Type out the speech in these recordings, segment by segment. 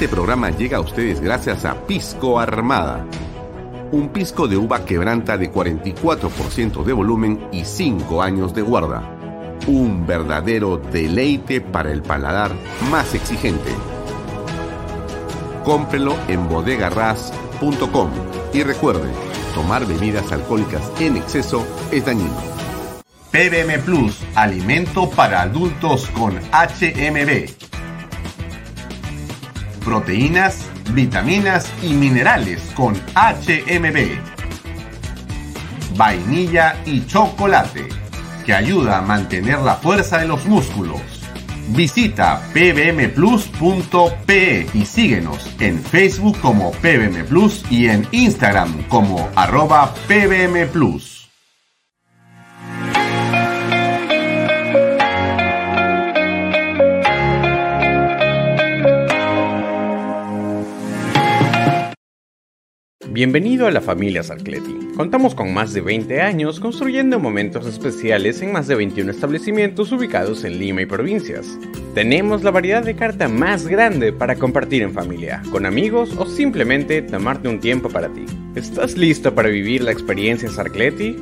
Este programa llega a ustedes gracias a Pisco Armada. Un pisco de uva quebranta de 44% de volumen y 5 años de guarda. Un verdadero deleite para el paladar más exigente. Cómprelo en bodegarras.com y recuerde, tomar bebidas alcohólicas en exceso es dañino. PBM Plus, alimento para adultos con HMB. Proteínas, vitaminas y minerales con HMB. Vainilla y chocolate, que ayuda a mantener la fuerza de los músculos. Visita pbmplus.pe y síguenos en Facebook como PBM Plus y en Instagram como @pbmplus. Bienvenido a la familia Sarcleti. Contamos con más de 20 años construyendo momentos especiales en más de 21 establecimientos ubicados en Lima y provincias. Tenemos la variedad de carta más grande para compartir en familia, con amigos o simplemente tomarte un tiempo para ti. ¿Estás listo para vivir la experiencia Sarcleti?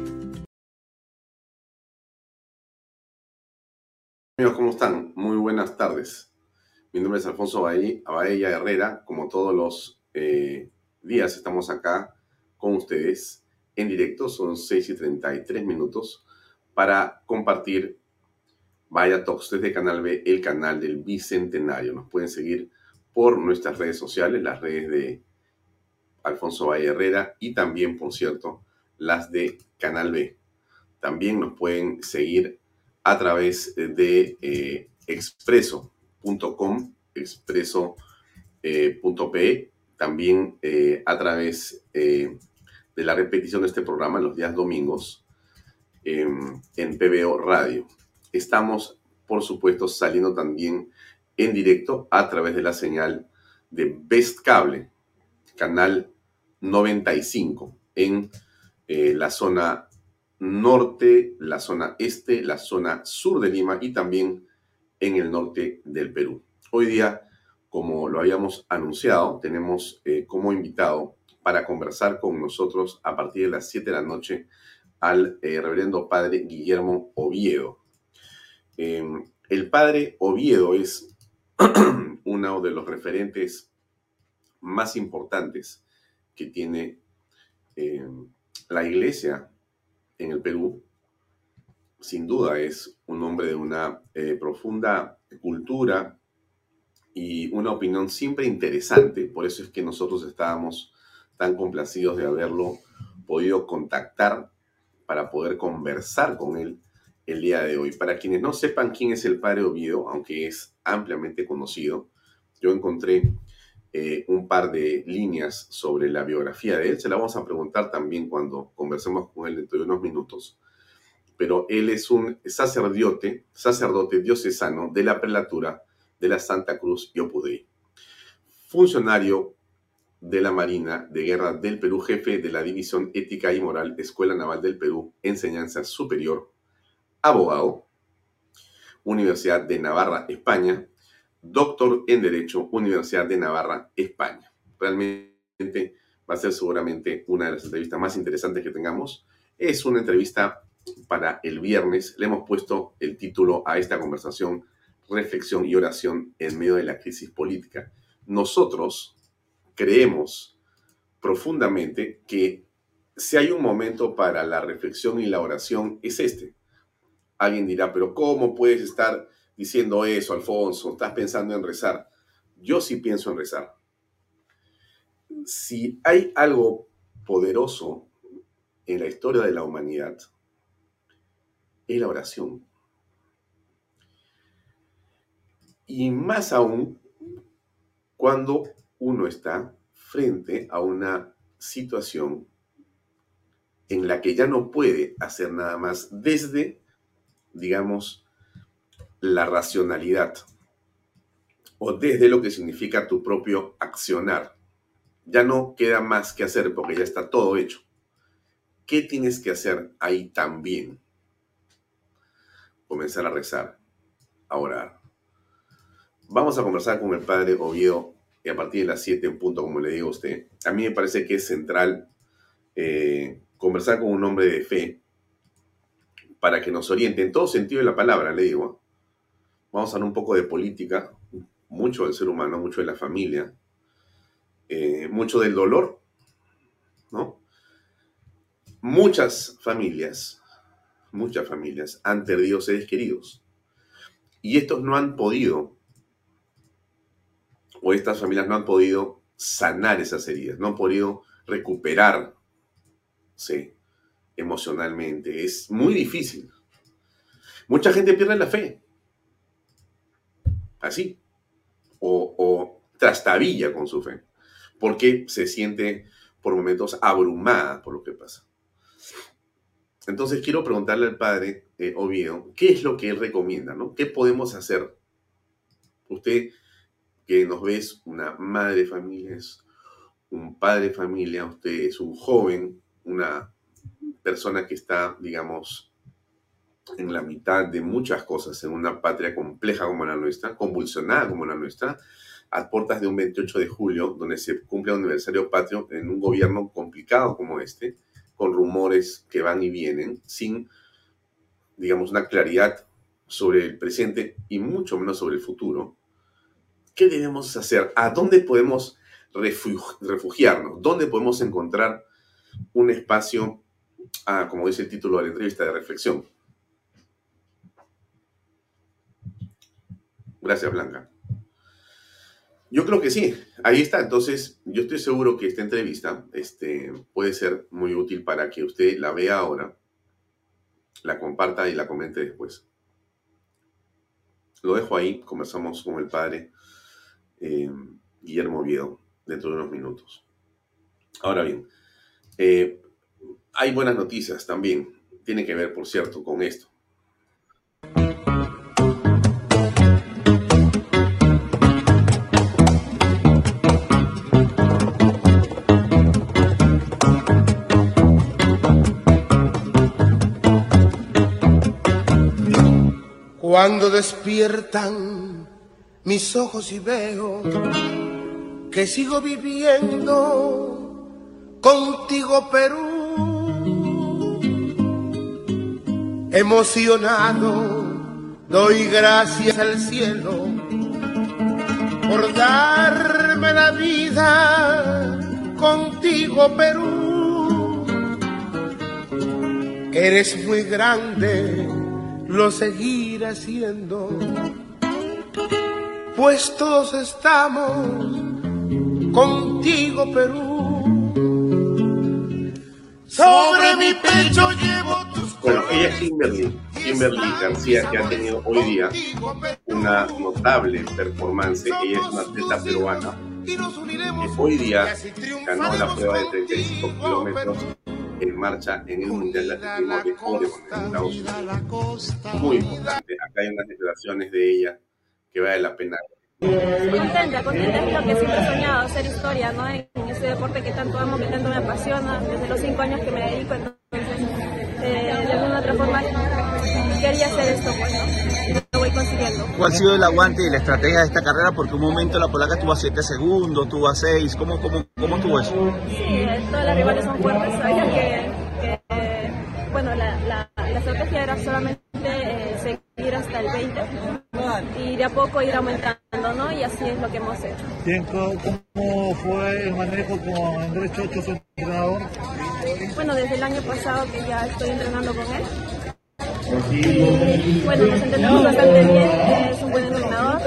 Amigos, ¿cómo están? Muy buenas tardes. Mi nombre es Alfonso Abadella Herrera. Como todos los días estamos acá con ustedes en directo, son 6:33 para compartir Vaya Talks desde Canal B, el canal del Bicentenario. Nos pueden seguir por nuestras redes sociales, las redes de Alfonso Abadella Herrera y también, por cierto, las de Canal B. También nos pueden seguir a través de expreso.com, expreso.pe, también a través de la repetición de este programa los días domingos en PBO Radio. Estamos, por supuesto, saliendo también en directo a través de la señal de Best Cable, canal 95, en la zona norte, la zona este, la zona sur de Lima y también en el norte del Perú. Hoy día, como lo habíamos anunciado, tenemos como invitado para conversar con nosotros a partir de las 7 de la noche al reverendo padre Guillermo Oviedo. El padre Oviedo es uno de los referentes más importantes que tiene la iglesia en el Perú. Sin duda es un hombre de una profunda cultura y una opinión siempre interesante. Por eso es que nosotros estábamos tan complacidos de haberlo podido contactar para poder conversar con él el día de hoy. Para quienes no sepan quién es el padre Oviedo, aunque es ampliamente conocido, yo encontré un par de líneas sobre la biografía de él. Se la vamos a preguntar también cuando conversemos con él dentro de unos minutos. Pero él es un sacerdote diocesano de la prelatura de la Santa Cruz y Opus, funcionario de la Marina de Guerra del Perú, jefe de la División Ética y Moral, Escuela Naval del Perú, Enseñanza Superior, abogado, Universidad de Navarra, España, doctor en Derecho, Universidad de Navarra, España. Realmente va a ser seguramente una de las entrevistas más interesantes que tengamos. Es una entrevista para el viernes. Le hemos puesto el título a esta conversación: Reflexión y oración en medio de la crisis política. Nosotros creemos profundamente que si hay un momento para la reflexión y la oración, es este. Alguien dirá, pero ¿cómo puedes estar diciendo eso, Alfonso? ¿Estás pensando en rezar? Yo sí pienso en rezar. Si hay algo poderoso en la historia de la humanidad, es la oración. Y más aún cuando uno está frente a una situación en la que ya no puede hacer nada más desde, digamos, la racionalidad o desde lo que significa tu propio accionar. Ya no queda más que hacer porque ya está todo hecho. ¿Qué tienes que hacer ahí también? Comenzar a rezar, a orar. Vamos a conversar con el padre Oviedo y a partir de las 7 en punto, como le digo a usted, a mí me parece que es central conversar con un hombre de fe para que nos oriente en todo sentido de la palabra, le digo. Vamos a hablar un poco de política, mucho del ser humano, mucho de la familia, mucho del dolor, ¿no? Muchas familias han perdido seres queridos y estos no han podido, o estas familias no han podido sanar esas heridas, no han podido recuperarse emocionalmente. Es muy difícil. Mucha gente pierde la fe, así, o trastabilla con su fe, porque se siente por momentos abrumada por lo que pasa. Entonces quiero preguntarle al padre Oviedo, ¿qué es lo que él recomienda, ¿no? ¿Qué podemos hacer? Usted que nos ve es una madre de familia, es un padre de familia, usted es un joven, una persona que está, digamos, en la mitad de muchas cosas, en una patria compleja como la nuestra, convulsionada como la nuestra, a puertas de un 28 de julio, donde se cumple el aniversario patrio en un gobierno complicado como este, con rumores que van y vienen, sin, digamos, una claridad sobre el presente y mucho menos sobre el futuro. ¿Qué debemos hacer? ¿A dónde podemos refugiarnos? ¿Dónde podemos encontrar un espacio, como dice el título de la entrevista, de reflexión? Gracias, Blanca. Yo creo que sí, ahí está. Entonces, yo estoy seguro que esta entrevista puede ser muy útil para que usted la vea ahora, la comparta y la comente después. Lo dejo ahí, conversamos con el padre Guillermo Oviedo dentro de unos minutos. Ahora bien, hay buenas noticias también. Tiene que ver, por cierto, con esto. Cuando despiertan mis ojos y veo que sigo viviendo contigo, Perú, emocionado doy gracias al cielo por darme la vida contigo, Perú. Eres muy grande, lo seguiré haciendo, pues todos estamos contigo, Perú. Sobre mi pecho llevo tus colores. Bueno, ella es Kimberly García, que ha tenido hoy día una notable performance. Ella es una atleta peruana que hoy día ganó la prueba de 35 kilómetros en marcha en el Mundial de Atletismo de Oregon, en Estados Unidos. Muy importante. Acá hay unas declaraciones de ella que vale la pena. Contenta es lo que siempre he soñado, hacer historia, ¿no? En ese deporte que tanto amo, que tanto me apasiona, desde los 5 años que me dedico, entonces, de alguna u otra forma, quería hacer esto, pues, ¿no? Y lo voy consiguiendo. ¿Cuál ha sido el aguante y la estrategia de esta carrera? Porque un momento la polaca estuvo a 7 segundos, estuvo a 6, ¿cómo estuvo eso? Sí, todas las rivales son fuertes, sabía que bueno, la estrategia era solamente seguir hasta el 20 y de a poco ir aumentando, ¿no? Y así es lo que hemos hecho. Bien, ¿cómo fue el manejo con Andrés Chocho, su entrenador? Bueno, desde el año pasado que ya estoy entrenando con él. Y bueno, nos entendemos bastante bien, es un buen entrenador.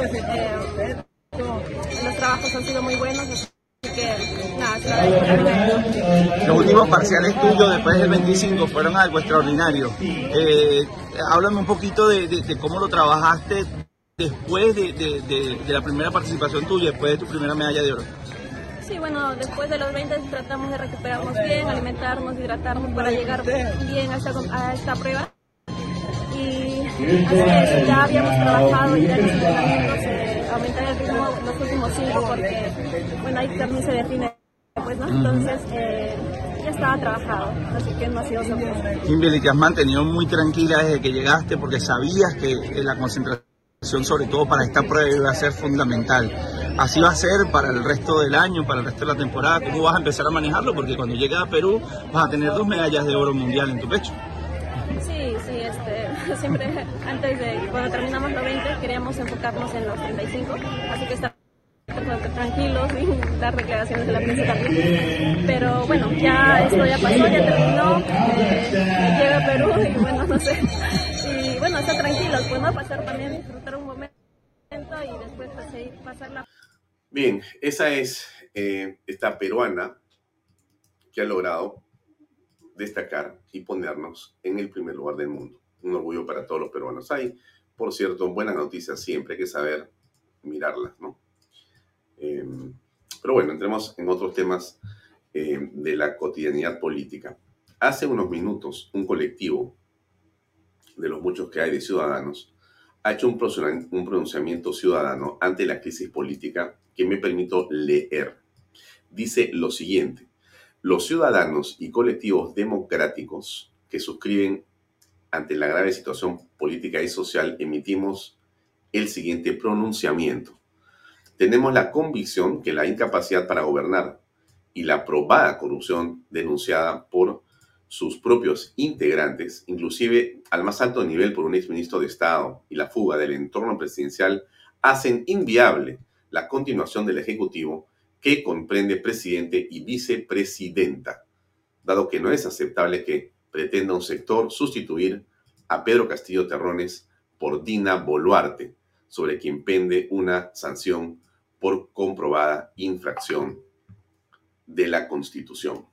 Los trabajos han sido muy buenos, así que nada, Los últimos parciales tuyos después del 25 fueron algo extraordinario. Háblame un poquito de cómo lo trabajaste después de la primera participación tuya, después de tu primera medalla de oro. Sí, bueno, después de los 20 tratamos de recuperarnos bien, alimentarnos, hidratarnos para llegar bien a esta prueba. Y así es, ya habíamos trabajado ya en los entrenamientos, aumentar el ritmo los últimos 5 porque, bueno, ahí también se define, pues, ¿no? Entonces, ya estaba trabajado, así que no ha sido sorpresa. Kimberly, te has mantenido muy tranquila desde que llegaste porque sabías que la concentración, sobre todo para esta prueba, iba a ser fundamental. así va a ser para el resto del año, para el resto de la temporada. ¿Cómo vas a empezar a manejarlo? Porque cuando llegues a Perú vas a tener 2 medallas de oro mundial en tu pecho. Sí, siempre antes de cuando terminamos los 20 queríamos enfocarnos en los 35, así que estar tranquilos y dar declaraciones de la prensa también. Pero bueno, ya esto ya pasó, ya terminó, llegué a Perú y bueno, no sé. Y bueno, estar tranquilos, pues no pasar también, disfrutar un momento y después pasarla. Bien, esa es esta peruana que ha logrado destacar y ponernos en el primer lugar del mundo. Un orgullo para todos los peruanos. Hay, por cierto, buenas noticias siempre, hay que saber mirarlas, ¿no? Pero bueno, entremos en otros temas de la cotidianidad política. Hace unos minutos, un colectivo de los muchos que hay de ciudadanos ha hecho un pronunciamiento ciudadano ante la crisis política que me permito leer. Dice lo siguiente: los ciudadanos y colectivos democráticos que suscriben ante la grave situación política y social emitimos el siguiente pronunciamiento. Tenemos la convicción que la incapacidad para gobernar y la probada corrupción denunciada por sus propios integrantes, inclusive al más alto nivel por un exministro de Estado, y la fuga del entorno presidencial, hacen inviable la continuación del Ejecutivo que comprende presidente y vicepresidenta, dado que no es aceptable que pretenda un sector sustituir a Pedro Castillo Terrones por Dina Boluarte, sobre quien pende una sanción por comprobada infracción de la Constitución.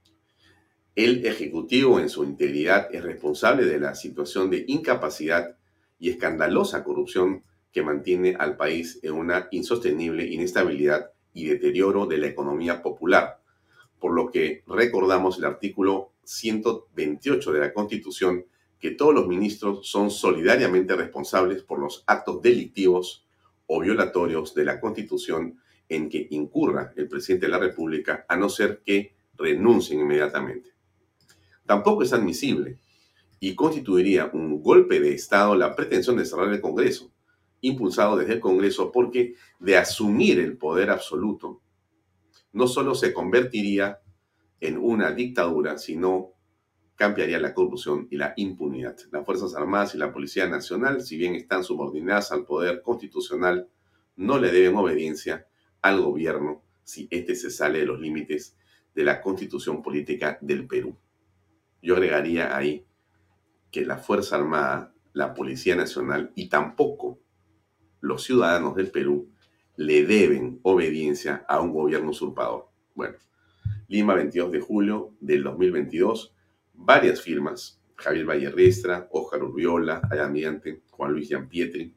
El Ejecutivo en su integridad es responsable de la situación de incapacidad y escandalosa corrupción que mantiene al país en una insostenible inestabilidad y deterioro de la economía popular, por lo que recordamos el artículo 128 de la Constitución, que todos los ministros son solidariamente responsables por los actos delictivos o violatorios de la Constitución en que incurra el presidente de la República, a no ser que renuncien inmediatamente. Tampoco es admisible y constituiría un golpe de Estado la pretensión de cerrar el Congreso, impulsado desde el Congreso, porque de asumir el poder absoluto, no solo se convertiría en una dictadura, sino cambiaría la corrupción y la impunidad. Las Fuerzas Armadas y la Policía Nacional, si bien están subordinadas al poder constitucional, no le deben obediencia al gobierno si éste se sale de los límites de la Constitución política del Perú. Yo agregaría ahí que la Fuerza Armada, la Policía Nacional y tampoco los ciudadanos del Perú le deben obediencia a un gobierno usurpador. Bueno, Lima, 22 de julio del 2022, varias firmas: Javier Vallerrestra, Óscar Urbiola, Almirante, Juan Luis Gianpietri,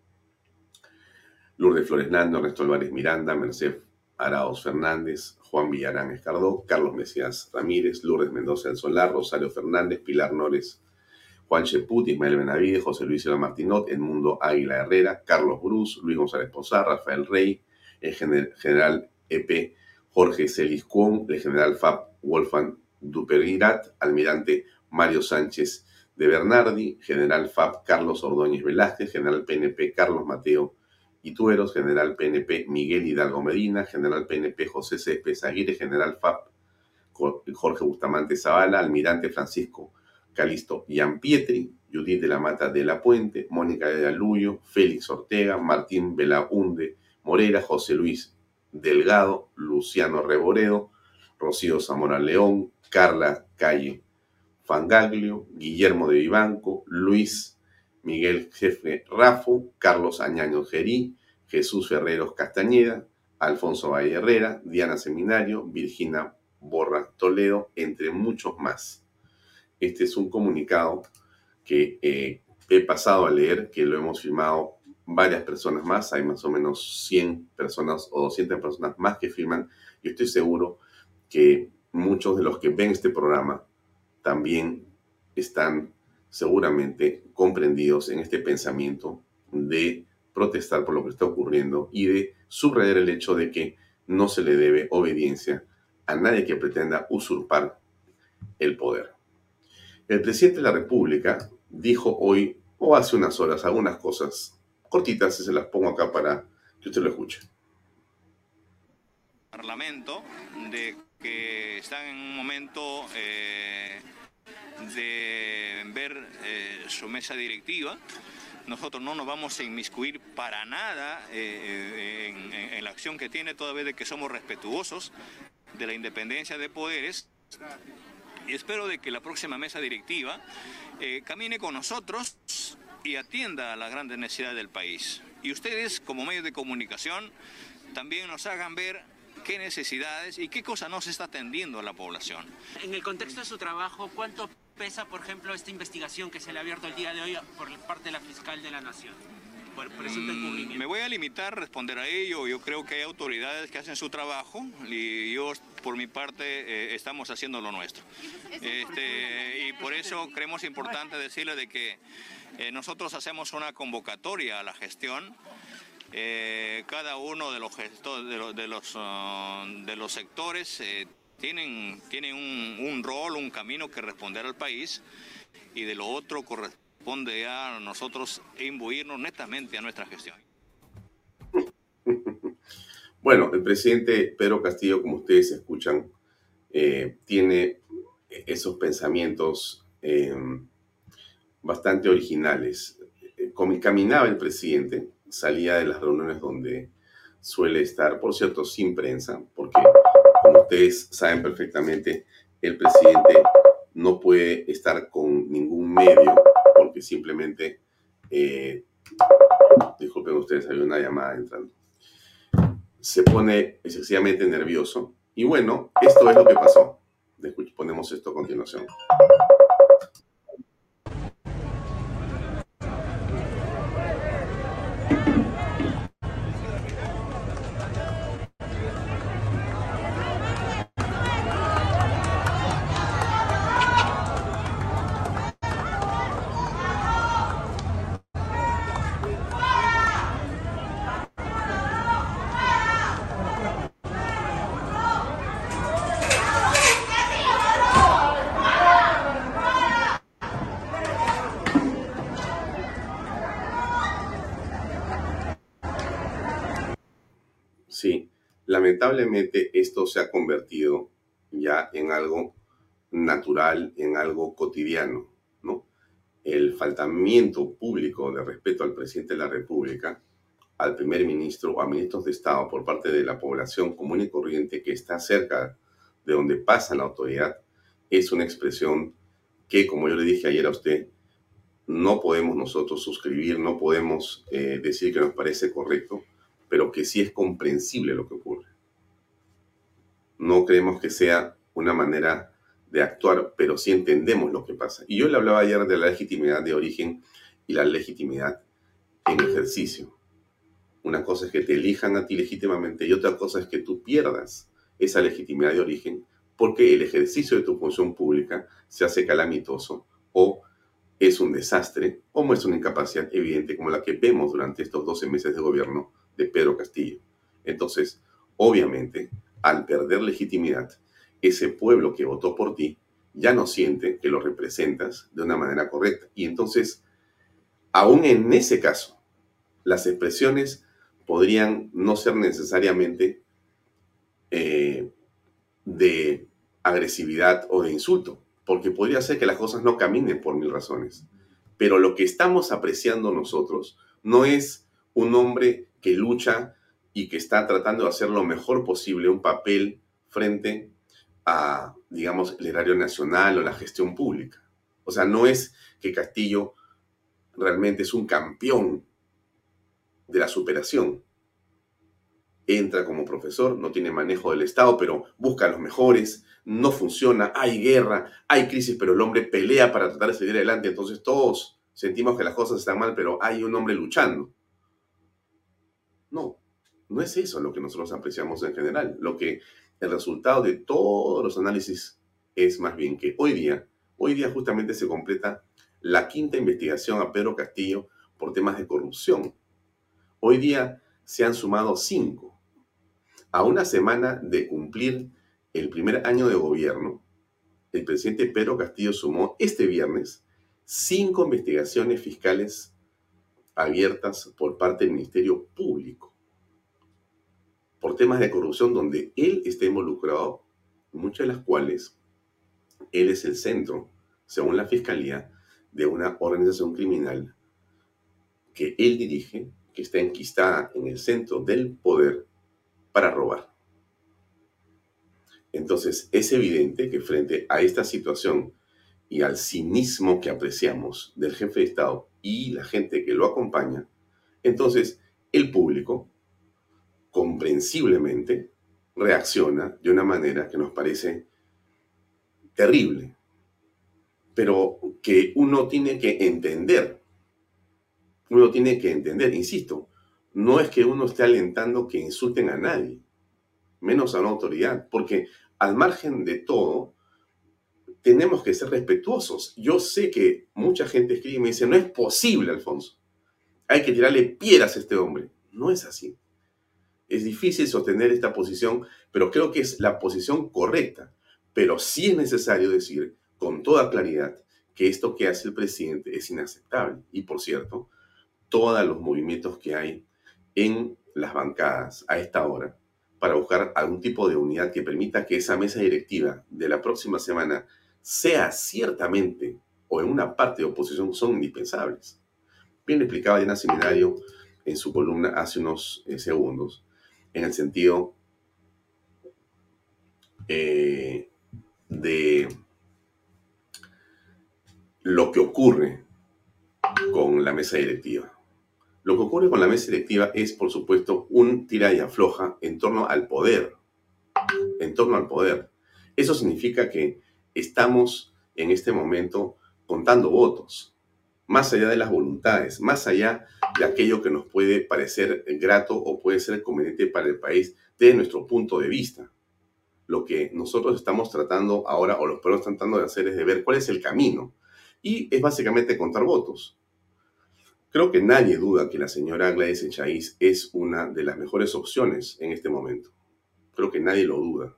Lourdes Flores Nando, Ernesto Álvarez Miranda, Merced Arauz Fernández, Juan Villarán Escardó, Carlos Mesías Ramírez, Lourdes Mendoza del Solar, Rosario Fernández, Pilar Nores, Juan Cheput, Ismael Benavides, José Luis Sierra Martinot, Edmundo Águila Herrera, Carlos Bruz, Luis González Posar, Rafael Rey, el general EP Jorge Celis Cuón, el general FAP Wolfgang Dupergirat, almirante Mario Sánchez de Bernardi, general FAP Carlos Ordóñez Velázquez, general PNP Carlos Mateo Itueros, general PNP Miguel Hidalgo Medina, general PNP José Céspedes Aguirre, general FAP Jorge Bustamante Zavala, almirante Francisco Calisto Gianpietri, Judith de la Mata de la Puente, Mónica de Aluyo, Félix Ortega, Martín Belaunde Morera, José Luis Delgado, Luciano Reboredo, Rocío Zamora León, Carla Calle Fangaglio, Guillermo de Vivanco, Luis Miguel Jefe Rafo, Carlos Añaño Gerí, Jesús Ferreros Castañeda, Alfonso Valle Herrera, Diana Seminario, Virginia Borra Toledo, entre muchos más. Este es un comunicado que he pasado a leer, que lo hemos firmado varias personas más. Hay más o menos 100 personas o 200 personas más que firman. Yo estoy seguro que muchos de los que ven este programa también están seguramente comprendidos en este pensamiento de protestar por lo que está ocurriendo y de subrayar el hecho de que no se le debe obediencia a nadie que pretenda usurpar el poder. El presidente de la República dijo hoy, o hace unas horas, algunas cosas cortitas, y se las pongo acá para que usted lo escuche. Parlamento de que están en un momento de ver su mesa directiva. Nosotros no nos vamos a inmiscuir para nada en la acción que tiene, toda vez de que somos respetuosos de la independencia de poderes. Y espero de que la próxima mesa directiva camine con nosotros y atienda a las grandes necesidades del país. Y ustedes, como medios de comunicación, también nos hagan ver qué necesidades y qué cosa no se está atendiendo a la población. En el contexto de su trabajo, ¿cuánto pesa, por ejemplo, esta investigación que se le ha abierto el día de hoy por parte de la fiscal de la Nación por presunto encubrimiento? Me voy a limitar a responder a ello. Yo creo que hay autoridades que hacen su trabajo y yo, por mi parte, estamos haciendo lo nuestro. Y por eso creemos importante decirle de que nosotros hacemos una convocatoria a la gestión. Cada uno de los sectores tienen un rol, un camino que responder al país, y de lo otro corresponde a nosotros imbuirnos netamente a nuestra gestión. Bueno, el presidente Pedro Castillo, como ustedes escuchan, tiene esos pensamientos bastante originales. Caminaba el presidente, salía de las reuniones donde suele estar, por cierto, sin prensa, porque, como ustedes saben perfectamente, el presidente no puede estar con ningún medio, porque simplemente, disculpen ustedes, hay una llamada entrando, se pone excesivamente nervioso. Y bueno, esto es lo que pasó. Ponemos esto a continuación. Sí, lamentablemente esto se ha convertido ya en algo natural, en algo cotidiano, ¿no? El faltamiento público de respeto al presidente de la República, al primer ministro o a ministros de Estado por parte de la población común y corriente que está cerca de donde pasa la autoridad, es una expresión que, como yo le dije ayer a usted, no podemos nosotros suscribir, no podemos decir que nos parece correcto, pero que sí es comprensible lo que ocurre. No creemos que sea una manera de actuar, pero sí entendemos lo que pasa. Y yo le hablaba ayer de la legitimidad de origen y la legitimidad en ejercicio. Una cosa es que te elijan a ti legítimamente y otra cosa es que tú pierdas esa legitimidad de origen porque el ejercicio de tu función pública se hace calamitoso o es un desastre o muestra una incapacidad evidente como la que vemos durante estos 12 meses de gobierno de Pedro Castillo. Entonces, obviamente, al perder legitimidad, ese pueblo que votó por ti ya no siente que lo representas de una manera correcta. Y entonces, aún en ese caso, las expresiones podrían no ser necesariamente de agresividad o de insulto, porque podría ser que las cosas no caminen por mil razones. Pero lo que estamos apreciando nosotros no es un hombre que lucha y que está tratando de hacer lo mejor posible un papel frente a, digamos, el erario nacional o la gestión pública. O sea, no es que Castillo realmente es un campeón de la superación. Entra como profesor, no tiene manejo del Estado, pero busca a los mejores, no funciona, hay guerra, hay crisis, pero el hombre pelea para tratar de salir adelante. Entonces todos sentimos que las cosas están mal, pero hay un hombre luchando. No, no es eso lo que nosotros apreciamos en general. El resultado de todos los análisis es más bien que hoy día justamente se completa la 5ª investigación a Pedro Castillo por temas de corrupción. Hoy día se han sumado 5. A una semana de cumplir el primer año de gobierno, el presidente Pedro Castillo sumó este viernes 5 investigaciones fiscales abiertas por parte del Ministerio Público. por temas de corrupción donde él está involucrado, muchas de las cuales él es el centro, según la Fiscalía, de una organización criminal que él dirige, que está enquistada en el centro del poder para robar. Entonces, es evidente que frente a esta situación y al cinismo que apreciamos del jefe de Estado y la gente que lo acompaña, entonces el público comprensiblemente reacciona de una manera que nos parece terrible, pero que uno tiene que entender. Uno tiene que entender, insisto, no es que uno esté alentando que insulten a nadie, menos a una autoridad, porque al margen de todo, tenemos que ser respetuosos. Yo sé que mucha gente escribe y me dice, no es posible, Alfonso, hay que tirarle piedras a este hombre. No es así. Es difícil sostener esta posición, pero creo que es la posición correcta. Pero sí es necesario decir con toda claridad que esto que hace el presidente es inaceptable. Y por cierto, todos los movimientos que hay en las bancadas a esta hora para buscar algún tipo de unidad que permita que esa mesa directiva de la próxima semana sea ciertamente o en una parte de oposición son indispensables. Bien lo explicaba Diana Seminario en su columna hace unos segundos, en el sentido de lo que ocurre con la mesa directiva. Lo que ocurre con la mesa directiva es, por supuesto, un tira y afloja en torno al poder. En torno al poder. Eso significa que estamos en este momento contando votos, más allá de las voluntades, más allá de aquello que nos puede parecer grato o puede ser conveniente para el país desde nuestro punto de vista. Lo que nosotros estamos tratando ahora, o los peruanos están tratando de hacer, es de ver cuál es el camino. Y es básicamente contar votos. Creo que nadie duda que la señora Gladys Echaíz es una de las mejores opciones en este momento. Creo que nadie lo duda.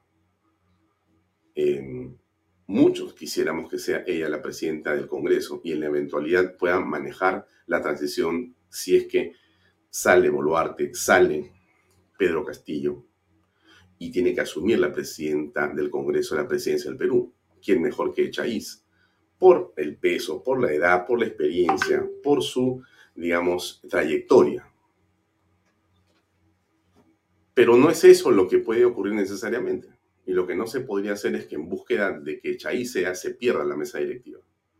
Muchos quisiéramos que sea ella la presidenta del Congreso y en la eventualidad pueda manejar la transición si es que sale Boluarte, sale Pedro Castillo y tiene que asumir la presidenta del Congreso, la presidencia del Perú. ¿Quién mejor que Echaíz? Por el peso, por la edad, por la experiencia, por su, digamos, trayectoria. Pero no es eso lo que puede ocurrir necesariamente. Y lo que no se podría hacer es que en búsqueda de que Echaíz se pierda la mesa directiva.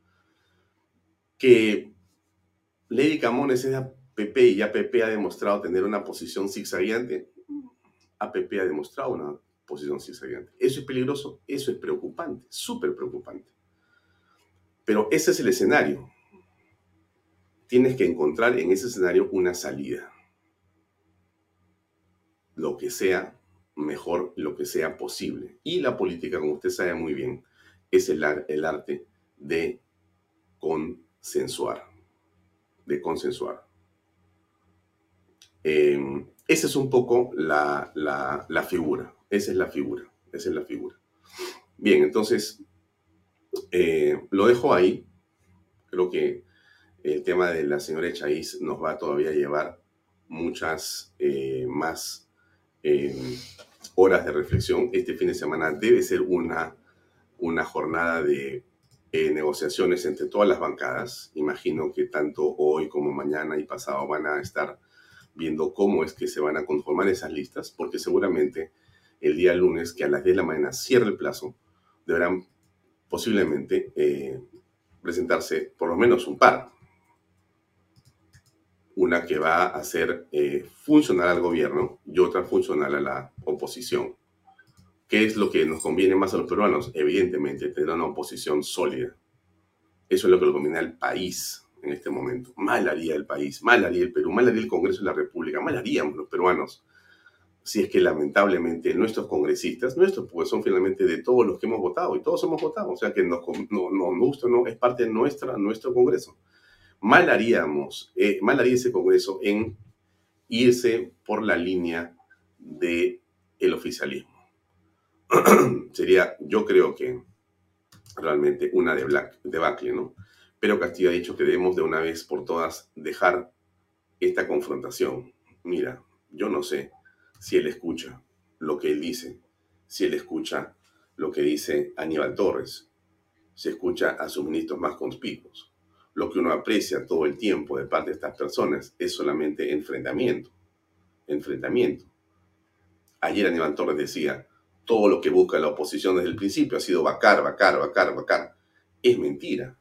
Que Lady Camones es APP y APP ha demostrado tener una posición zigzagueante. APP ha demostrado una posición zigzagueante. Eso es peligroso, eso es preocupante, súper preocupante. Pero ese es el escenario. Tienes que encontrar en ese escenario una salida. Lo que sea mejor, lo que sea posible. Y la política, como usted sabe muy bien, es el arte de consensuar. De consensuar. Esa es un poco la figura. Esa es la figura. Esa es la figura. Bien, entonces, lo dejo ahí. Creo que el tema de la señora Echaíz nos va todavía a llevar muchas más horas de reflexión. Este fin de semana debe ser una jornada de negociaciones entre todas las bancadas. Imagino que tanto hoy como mañana y pasado van a estar viendo cómo es que se van a conformar esas listas, porque seguramente el día lunes, que a las 10 de la mañana cierre el plazo, deberán posiblemente presentarse por lo menos un par. Una que va a hacer funcional al gobierno y otra funcional a la oposición. ¿Qué es lo que nos conviene más a los peruanos? Evidentemente, tener una oposición sólida. Eso es lo que le conviene al país en este momento. Mal haría el país, mal haría el Perú, mal haría el Congreso de la República, mal haríamos los peruanos si es que lamentablemente nuestros congresistas, nuestros, pues son finalmente de todos los que hemos votado, y todos hemos votado, o sea que no gusta, no, es parte de nuestro Congreso. Mal haría ese Congreso en irse por la línea del oficialismo. Sería, yo creo que realmente una debacle, ¿no? Pero Castillo ha dicho que debemos de una vez por todas dejar esta confrontación. Mira, yo no sé si él escucha lo que él dice, si él escucha lo que dice Aníbal Torres, si escucha a sus ministros más conspicuos. Lo que uno aprecia todo el tiempo de parte de estas personas es solamente enfrentamiento. Enfrentamiento. Ayer Aníbal Torres decía, todo lo que busca la oposición desde el principio ha sido vacar, vacar, vacar, vacar. Es mentira.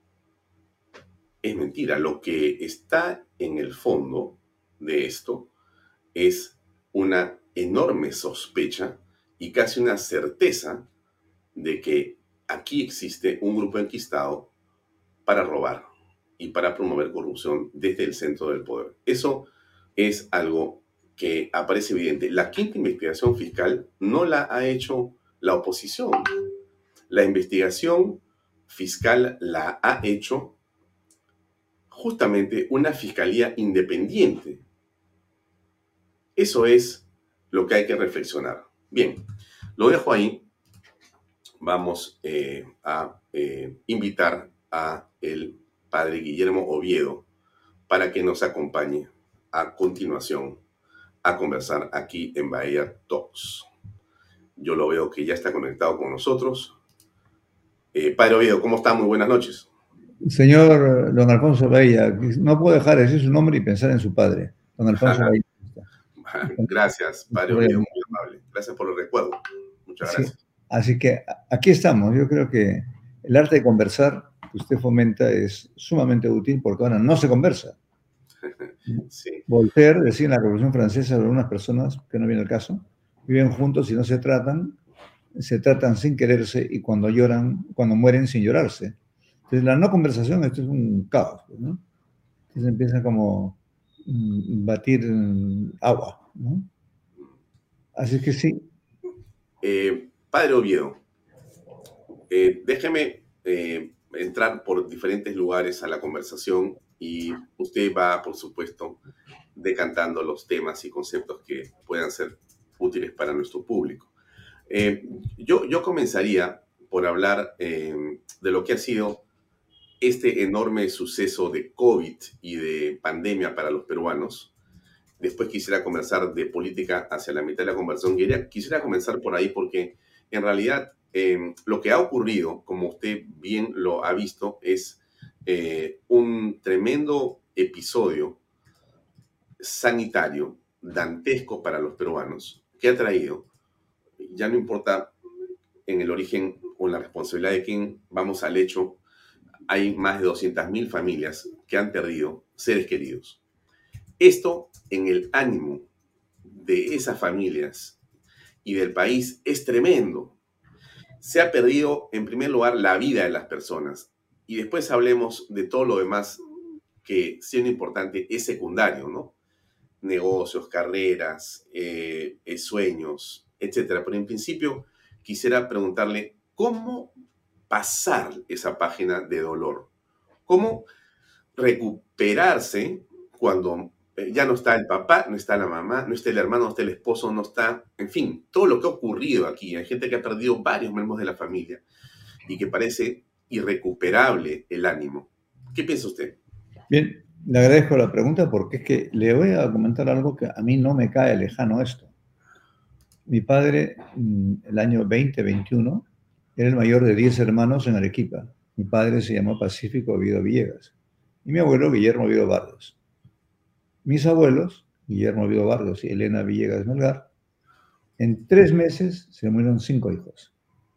Es mentira. Lo que está en el fondo de esto es una enorme sospecha y casi una certeza de que aquí existe un grupo enquistado para robar y para promover corrupción desde el centro del poder. Eso es algo que aparece evidente. La quinta investigación fiscal no la ha hecho la oposición. La investigación fiscal la ha hecho justamente una fiscalía independiente. Eso es lo que hay que reflexionar. Bien, lo dejo ahí. Vamos a invitar a el padre Guillermo Oviedo para que nos acompañe a continuación a conversar aquí en Bahía Talks. Yo lo veo que ya está conectado con nosotros. Padre Oviedo, ¿cómo está? Muy buenas noches. Señor don Alfonso Bahía, no puedo dejar de decir su nombre y pensar en su padre, don Alfonso Bahía. Gracias, padre Oviedo, muy amable. Gracias por el recuerdo. Muchas gracias. Sí, así que aquí estamos. Yo creo que el arte de conversar que usted fomenta es sumamente útil porque ahora no se conversa. Sí. Voltaire decía en la Revolución Francesa sobre unas personas, que no viene el caso, viven juntos y no se tratan sin quererse y cuando lloran, cuando mueren sin llorarse. Entonces la no conversación, esto es un caos, ¿no? Entonces empieza como batir agua, ¿no? Así que sí. Padre Oviedo, déjeme entrar por diferentes lugares a la conversación y usted va, por supuesto, decantando los temas y conceptos que puedan ser útiles para nuestro público. Yo comenzaría por hablar de lo que ha sido este enorme suceso de COVID y de pandemia para los peruanos. Después quisiera conversar de política hacia la mitad de la conversación. Quisiera comenzar por ahí porque en realidad lo que ha ocurrido, como usted bien lo ha visto, es un tremendo episodio sanitario, dantesco para los peruanos, que ha traído, ya no importa en el origen o en la responsabilidad de quién, vamos al hecho, hay más de 200.000 familias que han perdido seres queridos. Esto en el ánimo de esas familias y del país es tremendo. Se ha perdido, en primer lugar, la vida de las personas. Y después hablemos de todo lo demás que, siendo importante, es secundario, ¿no? Negocios, carreras, sueños, etc. Pero en principio quisiera preguntarle cómo pasar esa página de dolor. ¿Cómo recuperarse cuando ya no está el papá, no está la mamá, no está el hermano, no está el esposo, no está, en fin, todo lo que ha ocurrido aquí? Hay gente que ha perdido varios miembros de la familia y que parece irrecuperable el ánimo. ¿Qué piensa usted? Bien, le agradezco la pregunta porque es que le voy a comentar algo que a mí no me cae lejano esto. Mi padre, el año 2021, era el mayor de 10 hermanos en Arequipa. Mi padre se llamó Pacífico Oviedo Villegas y mi abuelo Guillermo Oviedo Vargas. Mis abuelos, Guillermo Oviedo Vargas y Elena Villegas Melgar, en 3 meses se murieron 5 hijos.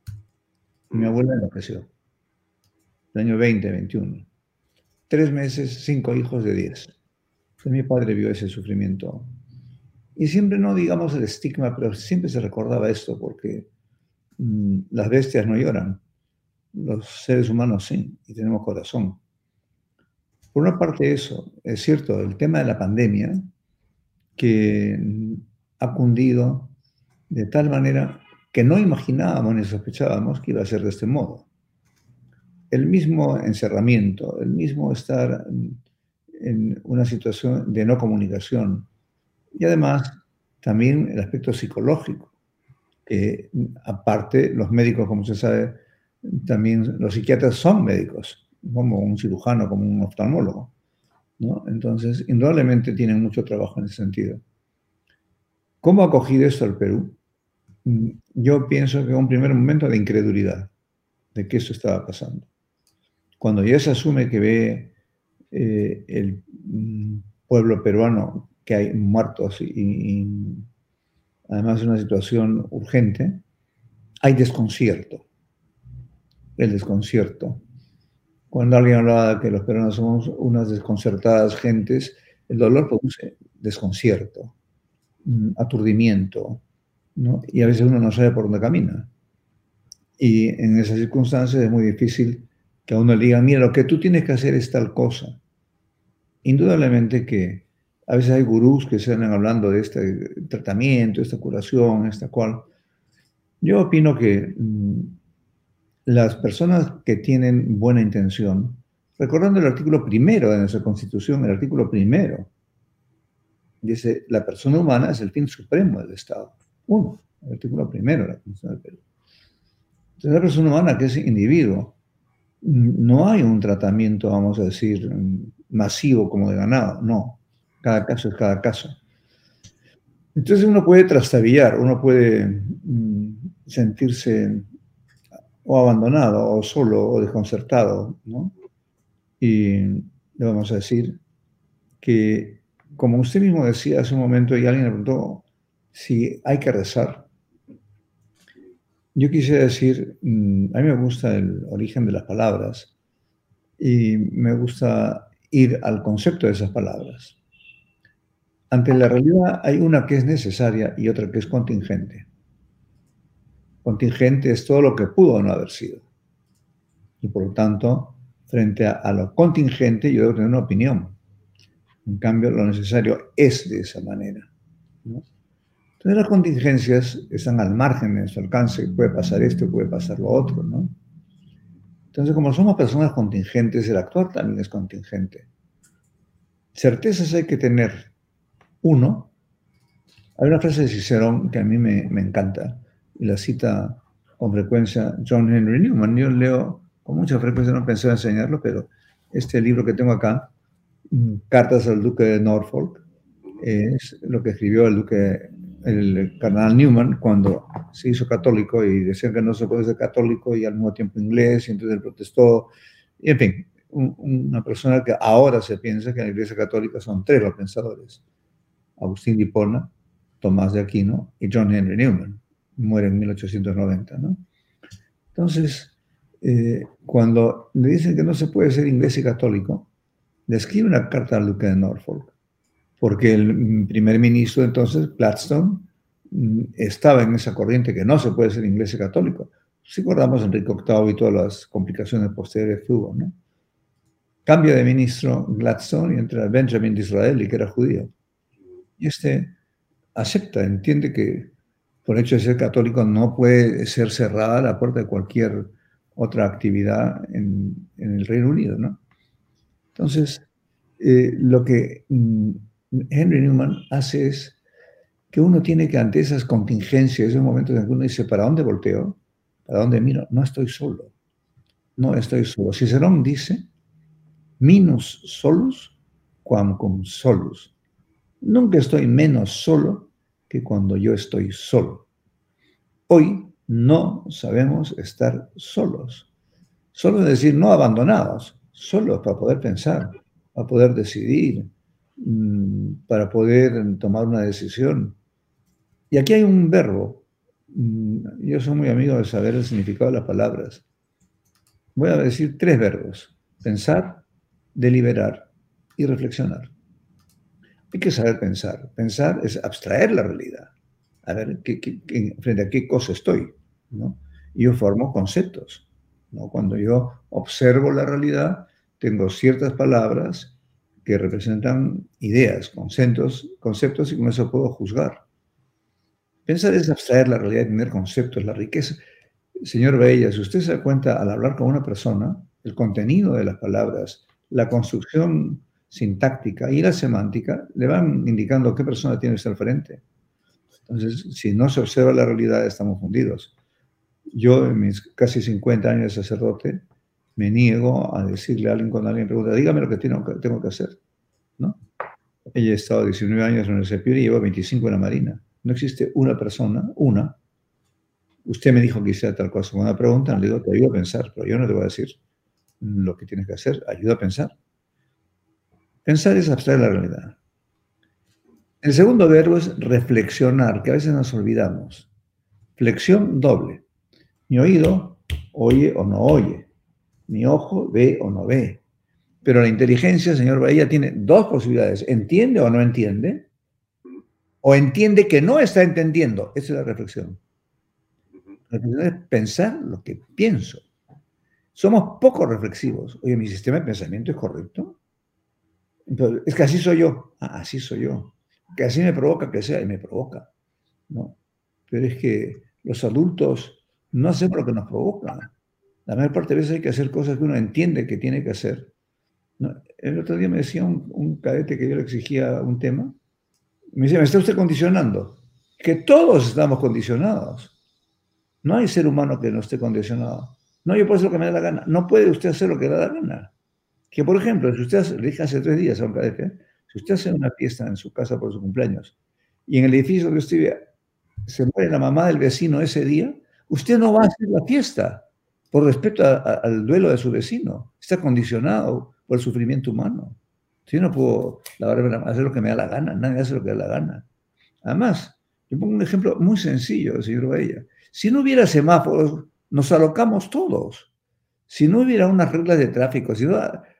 Y mi abuela enloqueció. El año 2021. 3 meses, 5 hijos de 10. Entonces mi padre vio ese sufrimiento. Y siempre no digamos el estigma, pero siempre se recordaba esto porque las bestias no lloran. Los seres humanos sí, y tenemos corazón. Por una parte eso, es cierto, el tema de la pandemia que ha cundido de tal manera que no imaginábamos ni sospechábamos que iba a ser de este modo. El mismo encerramiento, el mismo estar en una situación de no comunicación y además también el aspecto psicológico, que aparte los médicos, como se sabe, también los psiquiatras son médicos, como un cirujano, como un oftalmólogo, ¿no? Entonces, indudablemente tienen mucho trabajo en ese sentido. ¿Cómo ha acogido esto al Perú? Yo pienso que un primer momento de incredulidad de que esto estaba pasando. Cuando ya se asume que ve el pueblo peruano que hay muertos y además de una situación urgente, hay desconcierto. El desconcierto. Cuando alguien hablaba de que los peruanos somos unas desconcertadas gentes, el dolor produce desconcierto, aturdimiento, ¿no? Y a veces uno no sabe por dónde camina. Y en esas circunstancias es muy difícil que a uno le digan, mira, lo que tú tienes que hacer es tal cosa. Indudablemente que a veces hay gurús que se andan hablando de este tratamiento, esta curación, esta cual. Yo opino que las personas que tienen buena intención, recordando el artículo primero de nuestra Constitución, el artículo primero, dice, la persona humana es el fin supremo del Estado. Uno, el artículo primero de la Constitución del Perú. Entonces, la persona humana, que es individuo, no hay un tratamiento, vamos a decir, masivo como de ganado, no. Cada caso es cada caso. Entonces uno puede trastabillar, uno puede sentirse o abandonado, o solo, o desconcertado, ¿no? Y le vamos a decir que, como usted mismo decía hace un momento, y alguien le preguntó si hay que rezar. Yo quisiera decir, a mí me gusta el origen de las palabras y me gusta ir al concepto de esas palabras. Ante la realidad hay una que es necesaria y otra que es contingente. Contingente es todo lo que pudo no haber sido. Y por lo tanto, frente a lo contingente, yo debo tener una opinión. En cambio, lo necesario es de esa manera, ¿no? Entonces, las contingencias están al margen de nuestro alcance. Puede pasar esto, puede pasar lo otro, ¿no? Entonces, como somos personas contingentes, el actuar también es contingente. Certezas hay que tener. Uno, hay una frase de Cicerón que a mí me encanta, y la cita con frecuencia John Henry Newman. Yo leo con mucha frecuencia, no pensé en enseñarlo, pero este libro que tengo acá, Cartas al Duque de Norfolk, es lo que escribió el cardenal Newman cuando se hizo católico y decían que no se puede ser católico y al mismo tiempo inglés, y entonces él protestó. Y en fin, una persona que ahora se piensa que en la Iglesia Católica son tres los pensadores: Agustín de Hipona, Tomás de Aquino y John Henry Newman. Muere en 1890, ¿no? Entonces, cuando le dicen que no se puede ser inglés y católico, le escribe una carta al duque de Norfolk, porque el primer ministro entonces, Gladstone, estaba en esa corriente que no se puede ser inglés y católico. Si recordamos a Enrique VIII y todas las complicaciones posteriores que hubo, ¿no? Cambia de ministro Gladstone y entra Benjamin Disraeli, que era judío. Y acepta, entiende que por el hecho de ser católico no puede ser cerrada la puerta de cualquier otra actividad en el Reino Unido, ¿no? Entonces, lo que Henry Newman hace es que uno tiene que, ante esas contingencias, esos momentos en que uno dice, ¿para dónde volteo? ¿Para dónde miro? No estoy solo. No estoy solo. Cicerón dice, minus solus quam cum solus. Nunca estoy menos solo que cuando yo estoy solo. Hoy no sabemos estar solos. Solo es decir, no abandonados, solos para poder pensar, para poder decidir, para poder tomar una decisión. Y aquí hay un verbo. Yo soy muy amigo de saber el significado de las palabras. Voy a decir tres verbos: pensar, deliberar y reflexionar. Hay que saber pensar. Pensar es abstraer la realidad. A ver, frente a qué cosa estoy, ¿no? Y yo formo conceptos, ¿no? Cuando yo observo la realidad, tengo ciertas palabras que representan ideas, conceptos, y con eso puedo juzgar. Pensar es abstraer la realidad y tener conceptos, la riqueza. Señor Baella, si usted se da cuenta al hablar con una persona, el contenido de las palabras, la construcción sintáctica y la semántica le van indicando qué persona tiene usted al frente. Entonces, si no se observa la realidad, estamos hundidos. Yo, en mis casi 50 años de sacerdote, me niego a decirle a alguien, cuando alguien pregunta, dígame lo que tengo que hacer, ¿no? Ella ha estado 19 años en el CEPIR y lleva 25 en la Marina. No existe una persona, una. Usted me dijo que hiciera tal cosa. Cuando me preguntan, le digo, te ayudo a pensar, pero yo no te voy a decir lo que tienes que hacer. Ayuda a pensar. Pensar es abstraer la realidad. El segundo verbo es reflexionar, que a veces nos olvidamos. Flexión doble. Mi oído oye o no oye. Mi ojo ve o no ve. Pero la inteligencia, señor Bahía, tiene dos posibilidades. ¿Entiende o no entiende? O entiende que no está entendiendo. Esa es la reflexión. La reflexión es pensar lo que pienso. Somos poco reflexivos. Oye, ¿mi sistema de pensamiento es correcto? Entonces, es que así soy yo. Ah, así soy yo. Que así me provoca que sea y me provoca, ¿no? Pero es que los adultos no hacemos lo que nos provoca. La mayor parte de veces hay que hacer cosas que uno entiende que tiene que hacer. ¿No? El otro día me decía un cadete que yo le exigía un tema. Me decía, me está usted condicionando. Que todos estamos condicionados. No hay ser humano que no esté condicionado. No, yo puedo hacer lo que me da la gana. No puede usted hacer lo que le da la gana. Que, por ejemplo, si usted le dije hace 3 días a un cadete, si usted hace una fiesta en su casa por su cumpleaños y en el edificio donde usted vive se muere la mamá del vecino ese día, usted no va a hacer la fiesta por respeto al duelo de su vecino. Está condicionado por el sufrimiento humano. Si yo no puedo hacer lo que me da la gana, nadie hace lo que da la gana. Además, yo pongo un ejemplo muy sencillo, señor Baella. Si no hubiera semáforos, nos alocamos todos. Si no hubiera unas reglas de tráfico, si no,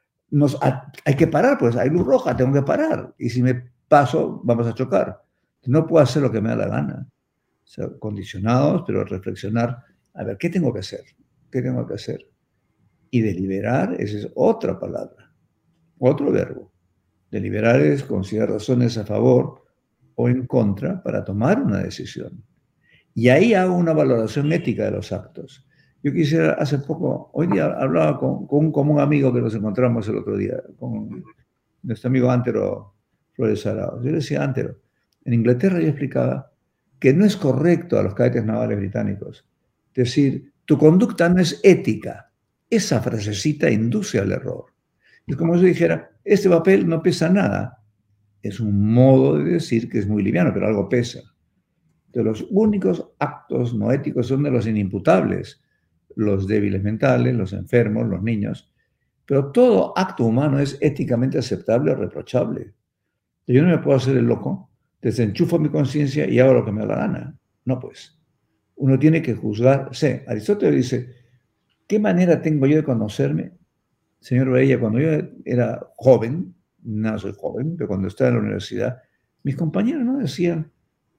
hay que parar, pues hay luz roja, tengo que parar. Y si me paso, vamos a chocar. No puedo hacer lo que me da la gana. O sea, condicionados, pero reflexionar, a ver, ¿qué tengo que hacer? ¿Qué tengo que hacer? Y deliberar, esa es otra palabra, otro verbo. Deliberar es considerar razones a favor o en contra para tomar una decisión. Y ahí hago una valoración ética de los actos. Yo quisiera, hace poco, hoy día hablaba con un común amigo que nos encontramos el otro día, con nuestro amigo Antero Flores Arauz. Yo le decía, Antero, en Inglaterra yo explicaba que no es correcto a los cadetes navales británicos decir, tu conducta no es ética. Esa frasecita induce al error. Y como yo dijera, este papel no pesa nada. Es un modo de decir que es muy liviano, pero algo pesa. De los únicos actos no éticos son de los inimputables, los débiles mentales, los enfermos, los niños. Pero todo acto humano es éticamente aceptable o reprochable. Yo no me puedo hacer el loco, desenchufo mi conciencia y hago lo que me da la gana. No, pues. Uno tiene que juzgarse. Aristóteles dice, ¿qué manera tengo yo de conocerme? Señor Baella, cuando yo era joven, no soy joven, pero cuando estaba en la universidad, mis compañeros no decían,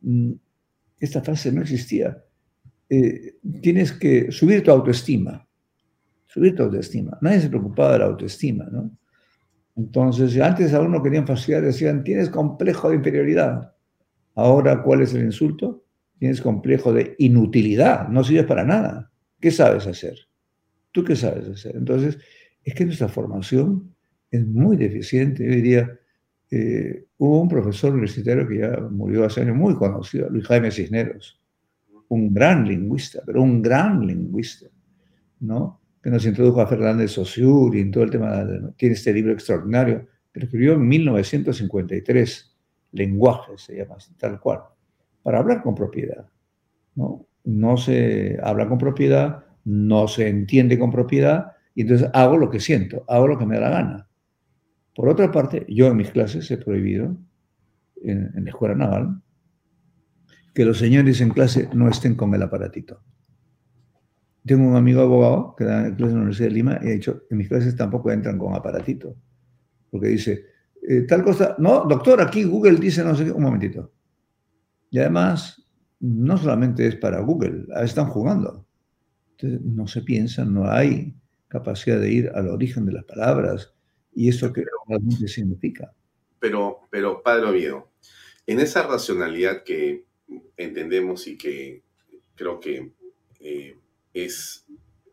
esta frase no existía, tienes que subir tu autoestima. Subir tu autoestima. Nadie se preocupaba de la autoestima, ¿no? Entonces, antes a uno querían fastidiar, decían, tienes complejo de inferioridad. Ahora, ¿cuál es el insulto? Tienes complejo de inutilidad, no sirves para nada. ¿Qué sabes hacer? ¿Tú qué sabes hacer? Entonces, es que nuestra formación es muy deficiente. Yo diría, hubo un profesor universitario que ya murió hace años, muy conocido, Luis Jaime Cisneros, un gran lingüista, pero un gran lingüista, ¿no? Que nos introdujo a Fernández de Saussure y en todo el tema, tiene este libro extraordinario, que escribió en 1953, Lenguaje se llama, tal cual, para hablar con propiedad, ¿no? No se habla con propiedad, no se entiende con propiedad, y entonces hago lo que siento, hago lo que me da la gana. Por otra parte, yo en mis clases he prohibido, en la escuela naval, que los señores en clase no estén con el aparatito. Tengo un amigo abogado que da clases en la Universidad de Lima y ha dicho, en mis clases tampoco entran con aparatito. Porque dice, tal cosa, no, doctor, aquí Google dice no sé qué, un momentito. Y además, no solamente es para Google, están jugando. Entonces, no se piensa, no hay capacidad de ir al origen de las palabras y eso que realmente significa. Pero, Padre Oviedo, en esa racionalidad que entendemos y que creo que es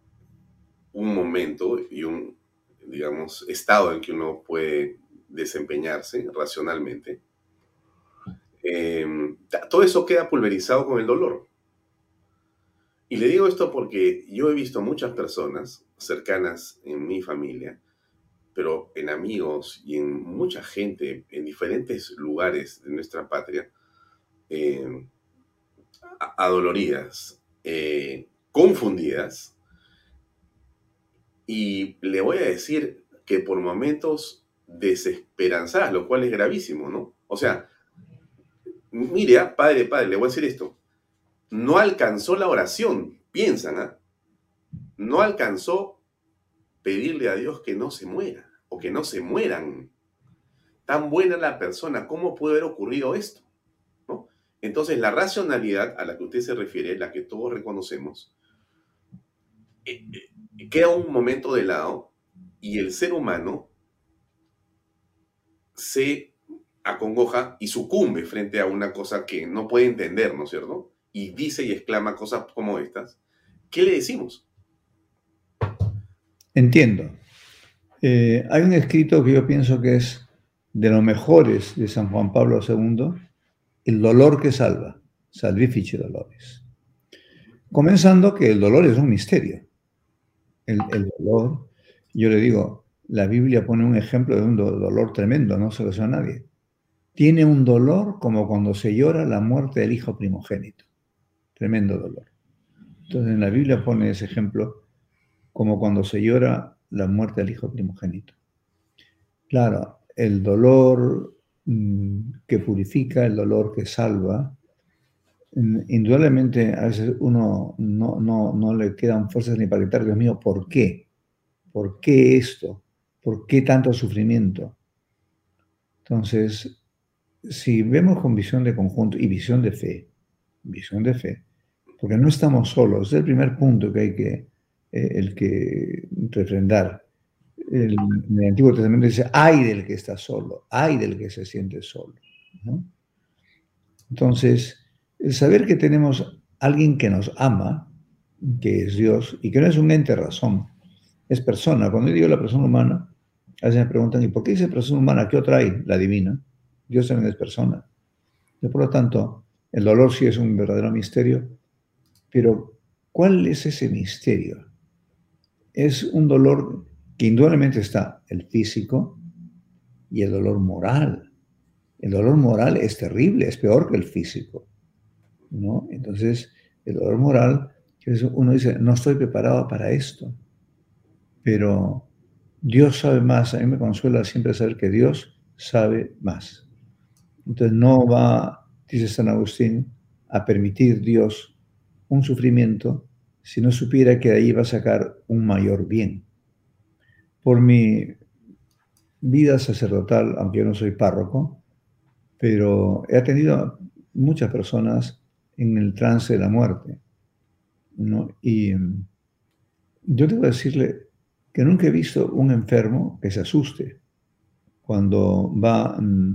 un momento y un, digamos, estado en que uno puede desempeñarse racionalmente, todo eso queda pulverizado con el dolor. Y le digo esto porque yo he visto muchas personas cercanas en mi familia, pero en amigos y en mucha gente en diferentes lugares de nuestra patria, adoloridas, confundidas, y le voy a decir que por momentos desesperanzadas, lo cual es gravísimo, ¿no? O sea, mire, padre, le voy a decir esto. No alcanzó la oración, piensan, ¿ah? No alcanzó pedirle a Dios que no se muera o que no se mueran. Tan buena la persona, ¿cómo puede haber ocurrido esto? ¿No? Entonces, la racionalidad a la que usted se refiere, la que todos reconocemos, queda un momento de lado y el ser humano se acongoja y sucumbe frente a una cosa que no puede entender, ¿no es cierto? Y dice y exclama cosas como estas. ¿Qué le decimos? Entiendo. Hay un escrito que yo pienso que es de los mejores de San Juan Pablo II, El dolor que salva, Salvifici Doloris. Comenzando que el dolor es un misterio. El dolor, yo le digo, la Biblia pone un ejemplo de un dolor tremendo, no se lo sabe a nadie. Tiene un dolor como cuando se llora la muerte del hijo primogénito. Tremendo dolor. Entonces en la Biblia pone ese ejemplo como cuando se llora la muerte del hijo primogénito. Claro, el dolor que purifica, el dolor que salva, indudablemente a veces uno no le quedan fuerzas ni para gritar, Dios mío, ¿por qué? ¿Por qué esto? ¿Por qué tanto sufrimiento? Entonces, si vemos con visión de conjunto y visión de fe, porque no estamos solos, es el primer punto que hay que refrendar. En el Antiguo Testamento dice, ay del que está solo, ay del que se siente solo, ¿no? Entonces, el saber que tenemos alguien que nos ama, que es Dios, y que no es un ente razón, es persona. Cuando yo digo la persona humana, a veces me preguntan, ¿y por qué dice persona humana? ¿Qué otra hay? La divina. Dios también es persona. Y por lo tanto, el dolor sí es un verdadero misterio, pero ¿cuál es ese misterio? Es un dolor que indudablemente está el físico y el dolor moral. El dolor moral es terrible, es peor que el físico, ¿no? Entonces, el dolor moral, uno dice, no estoy preparado para esto, pero Dios sabe más. A mí me consuela siempre saber que Dios sabe más. Entonces, no va, dice San Agustín, a permitir Dios un sufrimiento si no supiera que de ahí va a sacar un mayor bien. Por mi vida sacerdotal, aunque yo no soy párroco, pero he atendido a muchas personas en el trance de la muerte, ¿no? Y yo debo decirle que nunca he visto un enfermo que se asuste cuando va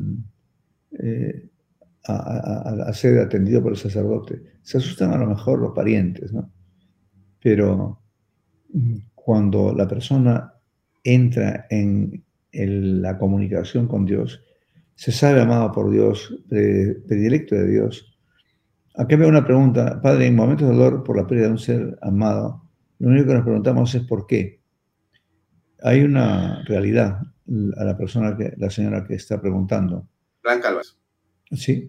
a ser atendido por el sacerdote. Se asustan a lo mejor los parientes, ¿no? Pero cuando la persona entra en la comunicación con Dios, se sabe amado por Dios, predilecto de Dios. Aquí veo una pregunta, padre, en momentos de dolor por la pérdida de un ser amado, lo único que nos preguntamos es ¿por qué? Hay una realidad a la señora que está preguntando. Blanca Alvarez. Sí,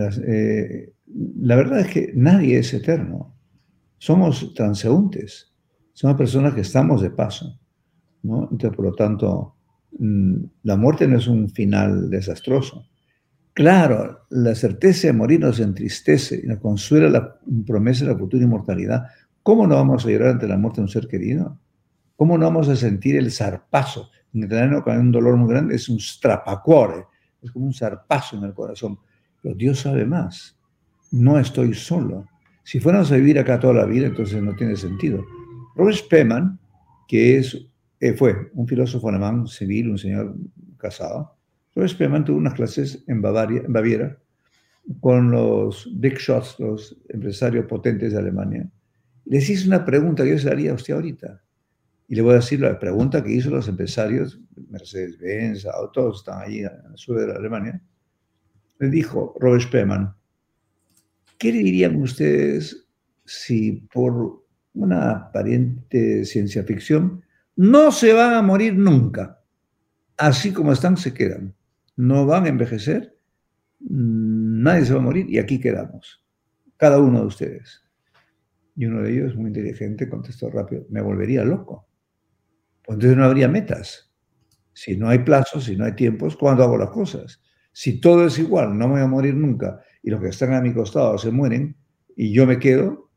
la verdad es que nadie es eterno. Somos transeúntes, somos personas que estamos de paso, ¿no? Entonces, por lo tanto, la muerte no es un final desastroso. Claro, la certeza de morir nos entristece y nos consuela la promesa de la futura inmortalidad. ¿Cómo no vamos a llorar ante la muerte de un ser querido? ¿Cómo no vamos a sentir el zarpazo? En italiano, cuando hay un dolor muy grande, es un strapacuore, es como un zarpazo en el corazón. Pero Dios sabe más. No estoy solo. Si fuéramos a vivir acá toda la vida, entonces no tiene sentido. Robert Spemann, que fue un filósofo alemán civil, un señor casado, Robert Spemann tuvo unas clases en Baviera con los big shots, los empresarios potentes de Alemania. Les hice una pregunta que yo se la haría a usted ahorita. Y le voy a decir la pregunta que hizo los empresarios, Mercedes-Benz, todos están allí en el sur de la Alemania. Le dijo Robert Spemann, ¿qué le dirían ustedes si por una aparente ciencia ficción no se van a morir nunca? Así como están, se quedan. No van a envejecer, nadie se va a morir y aquí quedamos. cada uno de ustedes. Y uno de ellos, muy inteligente, contestó rápido, me volvería loco. Pues entonces no habría metas. Si no hay plazos, si no hay tiempos, ¿cuándo hago las cosas? Si todo es igual, no me voy a morir nunca, y los que están a mi costado se mueren, y yo me quedo,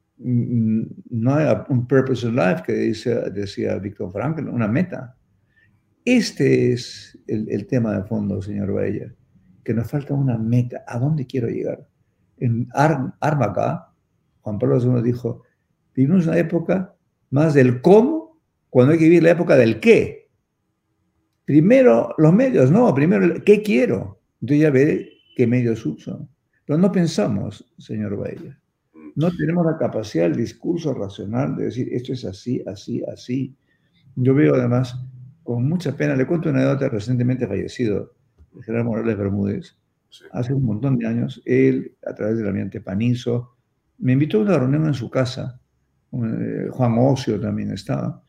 no hay un purpose in life que decía Viktor Frankl, una meta. Este es el tema de fondo, señor Baella, que nos falta una meta. ¿A dónde quiero llegar? En Armaca, Juan Pablo II dijo, vivimos una época más del cómo, cuando hay que vivir la época del qué. Primero los medios, no, primero el qué quiero. Entonces ya veré qué medios uso. Pero no pensamos, señor Baella. No tenemos la capacidad del discurso racional de decir, esto es así, así, así. Yo veo además, con mucha pena, le cuento una anécdota recientemente fallecido, el general Morales Bermúdez. Sí. Hace un montón de años, él, a través del ambiente Panizo, me invitó a una reunión en su casa. Juan Ocio también estaba.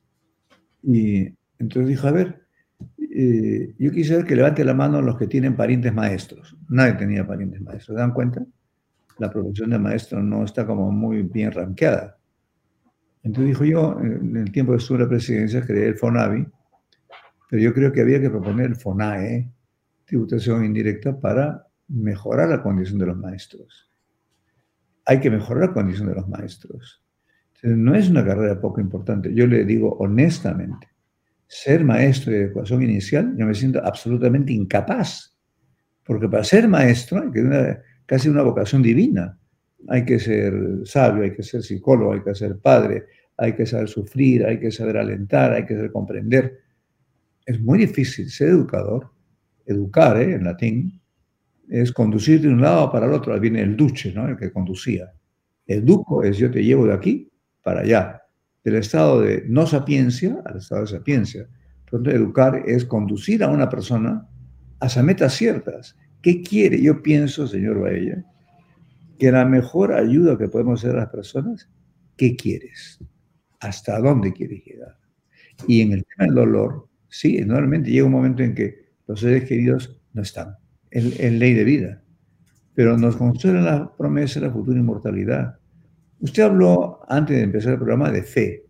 Y entonces dijo, a ver, yo quisiera que levante la mano los que tienen parientes maestros. Nadie tenía parientes maestros, ¿se dan cuenta? La profesión de maestro no está como muy bien rankeada. Entonces dijo yo, en el tiempo que estuve en la presidencia, creé el FONAVI, pero yo creo que había que proponer el FONAE, tributación indirecta, para mejorar la condición de los maestros. Hay que mejorar la condición de los maestros. Entonces, no es una carrera poco importante. Yo le digo honestamente, ser maestro de educación inicial, yo me siento absolutamente incapaz, porque para ser maestro hay que tener casi una vocación divina. Hay que ser sabio, hay que ser psicólogo, hay que ser padre, hay que saber sufrir, hay que saber alentar, hay que saber comprender. Es muy difícil ser educador. Educar, en latín, es conducir de un lado para el otro. Ahí viene el duce, ¿no? El que conducía. Educo es yo te llevo de aquí para allá, del estado de no sapiencia al estado de sapiencia. Por lo tanto, educar es conducir a una persona hacia metas ciertas. ¿Qué quiere? Yo pienso, señor Baella, que la mejor ayuda que podemos hacer a las personas, ¿qué quieres? ¿Hasta dónde quieres llegar? Y en el tema del dolor, sí, normalmente llega un momento en que los seres queridos no están, en ley de vida, pero nos consuela la promesa de la futura inmortalidad. Usted habló, antes de empezar el programa, de fe.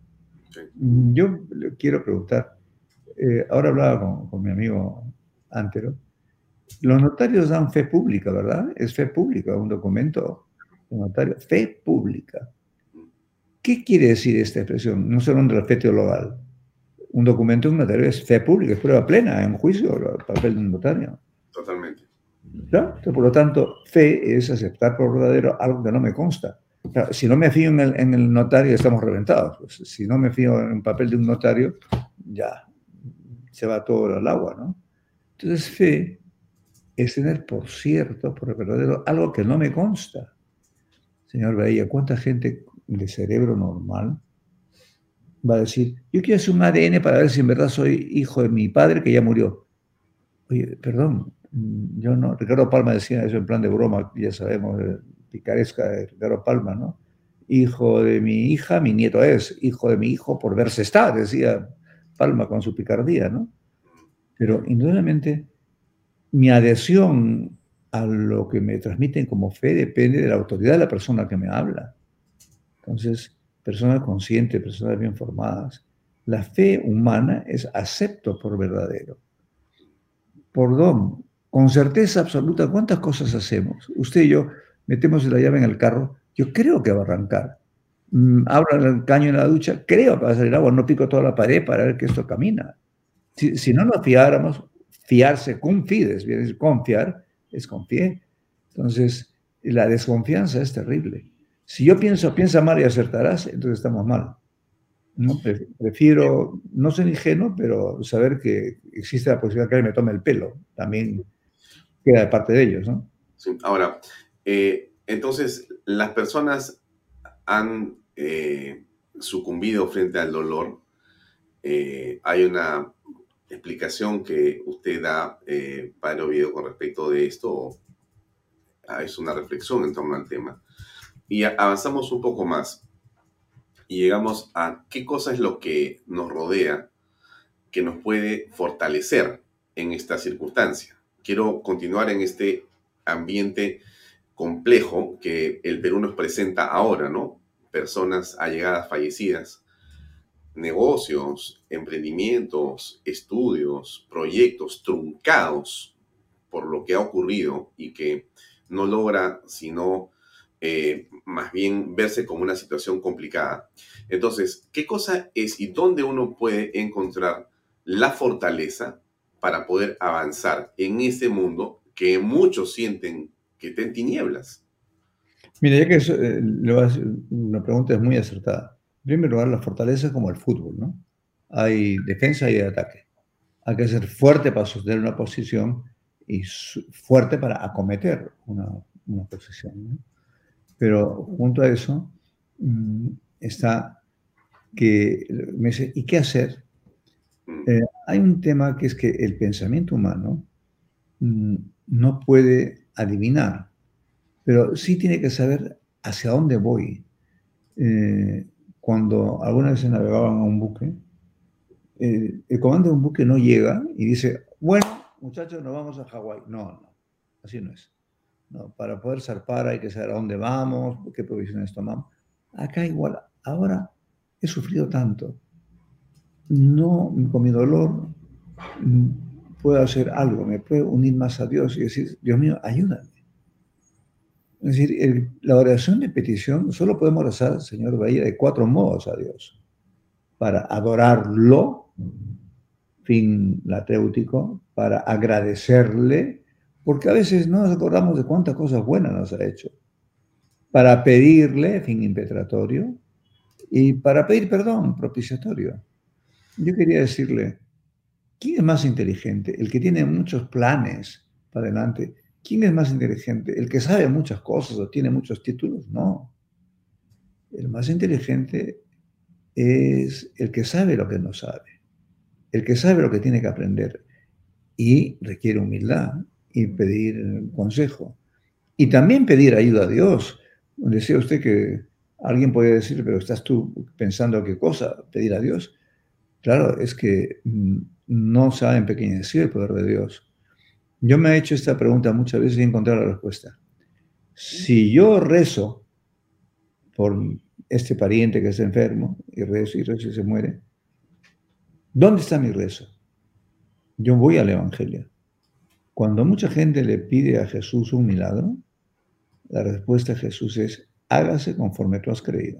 Yo le quiero preguntar, ahora hablaba con mi amigo Antero, los notarios dan fe pública, ¿verdad? Es fe pública, un documento de notario, fe pública. ¿Qué quiere decir esta expresión? No solo de la fe teologal. Un documento de un notario es fe pública, es prueba plena en juicio, el papel de un notario. Totalmente. ¿No? Entonces, por lo tanto, fe es aceptar por verdadero algo que no me consta. O sea, si no me fío en el notario, estamos reventados. Pues, si no me fío en el papel de un notario, ya se va todo al agua, ¿no? Entonces, fe es tener por cierto, por verdadero, algo que no me consta. Señor Baella, ¿cuánta gente de cerebro normal va a decir, yo quiero hacer un ADN para ver si en verdad soy hijo de mi padre que ya murió? Oye, perdón, yo no. Ricardo Palma decía eso en plan de broma, ya sabemos, picaresca de Ricardo Palma, ¿no? Hijo de mi hija, mi nieto es. Hijo de mi hijo, por verse está, decía Palma con su picardía, ¿no? Pero indudablemente mi adhesión a lo que me transmiten como fe depende de la autoridad de la persona que me habla. Entonces, personas conscientes, personas bien formadas, la fe humana es acepto por verdadero. Por don, con certeza absoluta, ¿cuántas cosas hacemos? Usted y yo metemos la llave en el carro, yo creo que va a arrancar. Abro el caño en la ducha, creo que va a salir agua, no pico toda la pared para ver que esto camina. Si no nos fiáramos, fiarse, confides, confiar es confiar. Entonces, la desconfianza es terrible. Si yo pienso, piensa mal y acertarás, entonces estamos mal. ¿No? Prefiero no ser ingenuo, pero saber que existe la posibilidad que alguien me tome el pelo. También queda de parte de ellos, ¿no? Sí. Ahora, entonces, las personas han sucumbido frente al dolor. Hay una explicación que usted da, Padre Oviedo, con respecto de esto. Es una reflexión en torno al tema. Y avanzamos un poco más y llegamos a qué cosa es lo que nos rodea que nos puede fortalecer en esta circunstancia. Quiero continuar en este ambiente complejo que el Perú nos presenta ahora, ¿no? Personas allegadas fallecidas, negocios, emprendimientos, estudios, proyectos truncados por lo que ha ocurrido y que no logra sino más bien verse como una situación complicada. Entonces, ¿qué cosa es y dónde uno puede encontrar la fortaleza para poder avanzar en ese mundo que muchos sienten que está en tinieblas? Mira, ya que la pregunta es muy acertada. En primer lugar, la fortaleza es como el fútbol, ¿no? Hay defensa y hay ataque. Hay que ser fuerte para sostener una posición y fuerte para acometer una posición, ¿no? Pero junto a eso está que me dice, ¿y qué hacer? Hay un tema que es que el pensamiento humano no puede adivinar, pero sí tiene que saber hacia dónde voy. Cuando alguna vez se navegaban a un buque, el comandante de un buque no llega y dice, bueno, muchachos, nos vamos a Hawái. No, así no es. No, para poder zarpar hay que saber a dónde vamos, qué provisiones tomamos. Acá igual, ahora he sufrido tanto. No, con mi dolor puedo hacer algo, me puedo unir más a Dios y decir, Dios mío, ayúdame. Es decir, la oración de petición solo podemos rezar, señor Bahía, de 4 modos a Dios. Para adorarlo, fin latréutico, para agradecerle, porque a veces no nos acordamos de cuántas cosas buenas nos ha hecho. Para pedirle, fin impetratorio, y para pedir perdón, propiciatorio. Yo quería decirle, ¿quién es más inteligente? El que tiene muchos planes para adelante. ¿Quién es más inteligente? ¿El que sabe muchas cosas o tiene muchos títulos? No. El más inteligente es el que sabe lo que no sabe. El que sabe lo que tiene que aprender. Y requiere humildad y pedir consejo. Y también pedir ayuda a Dios. Decía usted que alguien podría decir, pero ¿estás tú pensando qué cosa? ¿Pedir a Dios? Claro, es que no sabe empequeñecer el poder de Dios. Yo me he hecho esta pregunta muchas veces y he encontrado la respuesta. Si yo rezo por este pariente que está enfermo, y rezo y se muere, ¿dónde está mi rezo? Yo voy al Evangelio. Cuando mucha gente le pide a Jesús un milagro, la respuesta de Jesús es, hágase conforme tú has creído.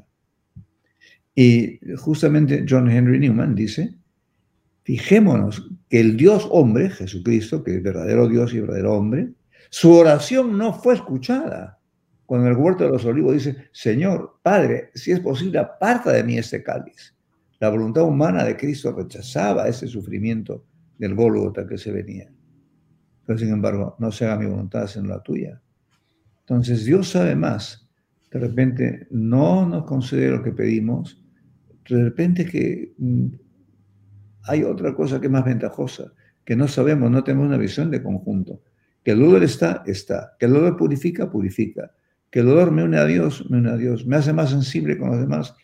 Y justamente John Henry Newman dice, fijémonos que el Dios hombre, Jesucristo, que es verdadero Dios y verdadero hombre, su oración no fue escuchada. Cuando en el huerto de los olivos dice, Señor, Padre, si es posible, aparta de mí este cáliz. La voluntad humana de Cristo rechazaba ese sufrimiento del Gólgota que se venía. Pero sin embargo, no se haga mi voluntad sino la tuya. Entonces Dios sabe más. De repente no nos concede lo que pedimos. De repente que hay otra cosa que es más ventajosa, que no sabemos, no tenemos una visión de conjunto. Que el dolor está. Que el dolor purifica. Que el dolor me une a Dios, me hace más sensible con los demás,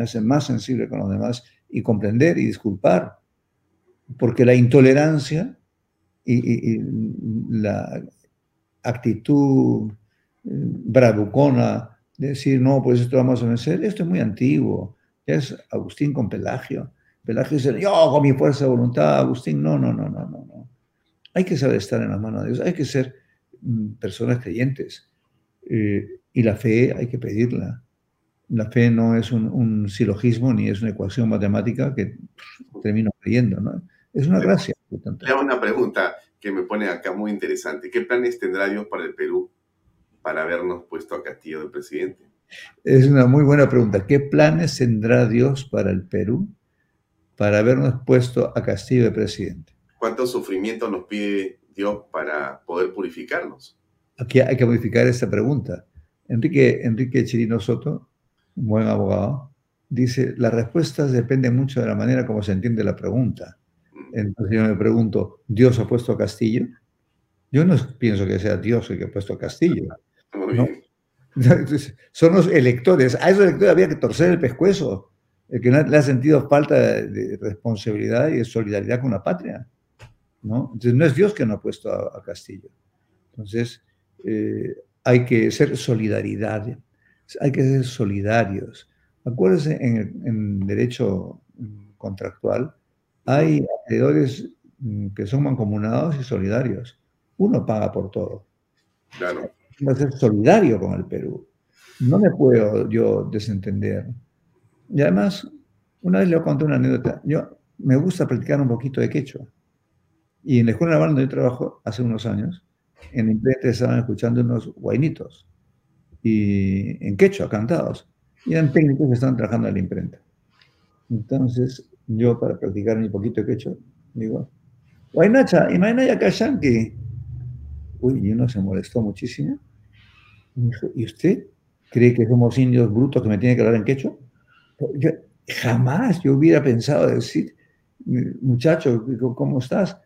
y comprender y disculpar. Porque la intolerancia y la actitud bravucona de decir, no, pues esto vamos a vencer, esto es muy antiguo. Es Agustín con Pelagio. Pelagio dice, yo con mi fuerza de voluntad, Agustín, no. Hay que saber estar en las manos de Dios, hay que ser personas creyentes. Y la fe hay que pedirla. La fe no es un silogismo ni es una ecuación matemática que termino creyendo, ¿no? Es una gracia. Le hago una pregunta que me pone acá muy interesante. ¿Qué planes tendrá Dios para el Perú para habernos puesto a Castillo de presidente? Es una muy buena pregunta. ¿Qué planes tendrá Dios para el Perú para habernos puesto a Castillo de presidente? ¿Cuánto sufrimiento nos pide Dios para poder purificarnos? Aquí hay que modificar esta pregunta. Enrique Chirino Soto, un buen abogado, dice, las respuestas dependen mucho de la manera como se entiende la pregunta. Entonces yo me pregunto, ¿Dios ha puesto a Castillo? Yo no pienso que sea Dios el que ha puesto a Castillo. Muy ¿no? bien. Entonces, son los electores. A esos electores había que torcer el pescuezo. El que no le ha sentido falta de responsabilidad y de solidaridad con la patria, ¿no? Entonces no es Dios que no ha puesto a Castillo. Entonces hay que ser solidaridad, hay que ser solidarios. Acuérdense, en derecho contractual hay acreedores que son mancomunados y solidarios. Uno paga por todo. Claro. Va a ser solidario con el Perú. No me puedo yo desentender. Y además, una vez le conté una anécdota. Yo me gusta practicar un poquito de quechua. Y en la escuela naval donde yo trabajo hace unos años, en la imprenta estaban escuchando unos guainitos y en quechua, cantados. Y eran técnicos que estaban trabajando en la imprenta. Entonces, yo para practicar mi poquito de quechua, digo, Guainacha, imagina Kashanki. Uy, y uno se molestó muchísimo. Y me dijo, ¿y usted cree que somos indios brutos que me tienen que hablar en quechua? Yo, jamás yo hubiera pensado decir, muchacho, ¿cómo estás?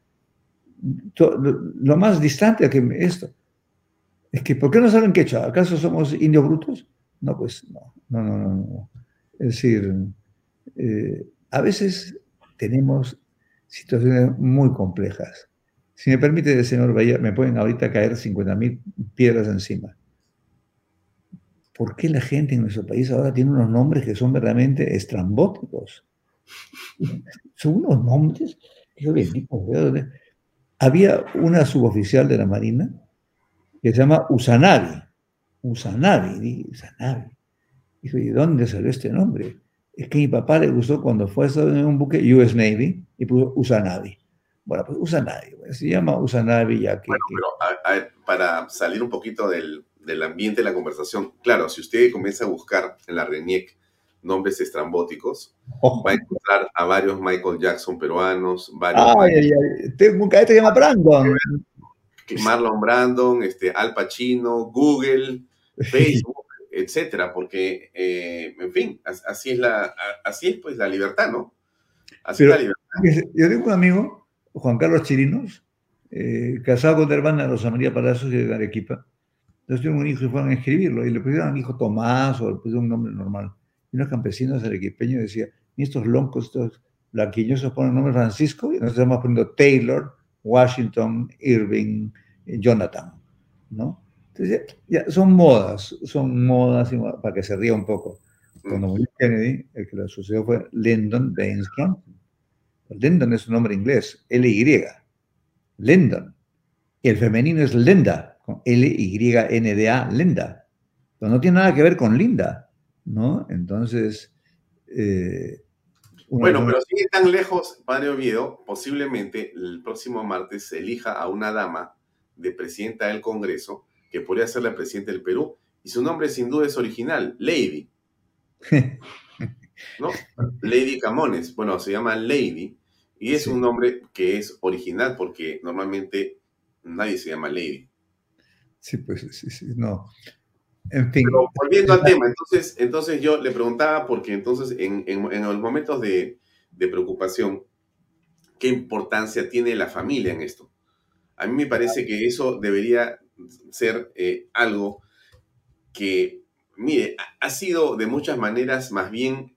Lo más distante que esto. Es que, ¿por qué no hablan quechua? ¿Acaso somos indios brutos? No, pues no. Es decir, a veces tenemos situaciones muy complejas. Si me permite, señor Bahía, me pueden ahorita caer 50.000 piedras encima. ¿Por qué la gente en nuestro país ahora tiene unos nombres que son verdaderamente estrambóticos? Son unos nombres, yo bendigo, había una suboficial de la Marina que se llama Usanavi. Usanavi. Dijo, ¿y dónde salió este nombre? Es que a mi papá le gustó cuando fue a estar en un buque US Navy y puso Usanavi. Bueno, pues Usanavi, se llama Usanavi ya que... Bueno, pero a ver, para salir un poquito del ambiente de la conversación, claro, si usted comienza a buscar en la RENIEC nombres estrambóticos, va a encontrar a varios Michael Jackson peruanos, varios... Tengo un cadete que se llama Brandon. Marlon Brandon, Al Pacino, Google, Facebook, etcétera, porque, en fin, así es pues la libertad, ¿no? Así es la libertad. Yo tengo un amigo, Juan Carlos Chirinos, casado con la hermana de Rosa María Palacios de Arequipa. Entonces tengo un hijo y fueron a escribirlo y le pusieron al hijo Tomás o le pusieron un nombre normal. Y unos campesinos arequipeños decían, y estos loncos, estos blanquiñosos ponen el nombre Francisco y nosotros estamos poniendo Taylor, Washington, Irving, Jonathan, ¿no? Entonces ya son modas para que se ría un poco. Cuando murió Kennedy, el que le sucedió fue Lyndon Baines Johnson. Lyndon es un nombre inglés, L-Y, Lyndon. Y el femenino es Linda, con L-Y-N-D-A, Linda. Pero no tiene nada que ver con Linda, ¿no? Entonces... bueno, pero sigue tan lejos, padre Oviedo, posiblemente el próximo martes se elija a una dama de presidenta del Congreso que podría ser la presidenta del Perú, y su nombre sin duda es original, Lady. ¿No? Lady Camones, bueno, se llama Lady, y es un nombre que es original porque normalmente nadie se llama Lady. Sí, pues sí, no. En fin. Pero volviendo al tema, entonces yo le preguntaba, porque entonces en los momentos de preocupación, ¿qué importancia tiene la familia en esto? A mí me parece que eso debería ser algo que, mire, ha sido de muchas maneras más bien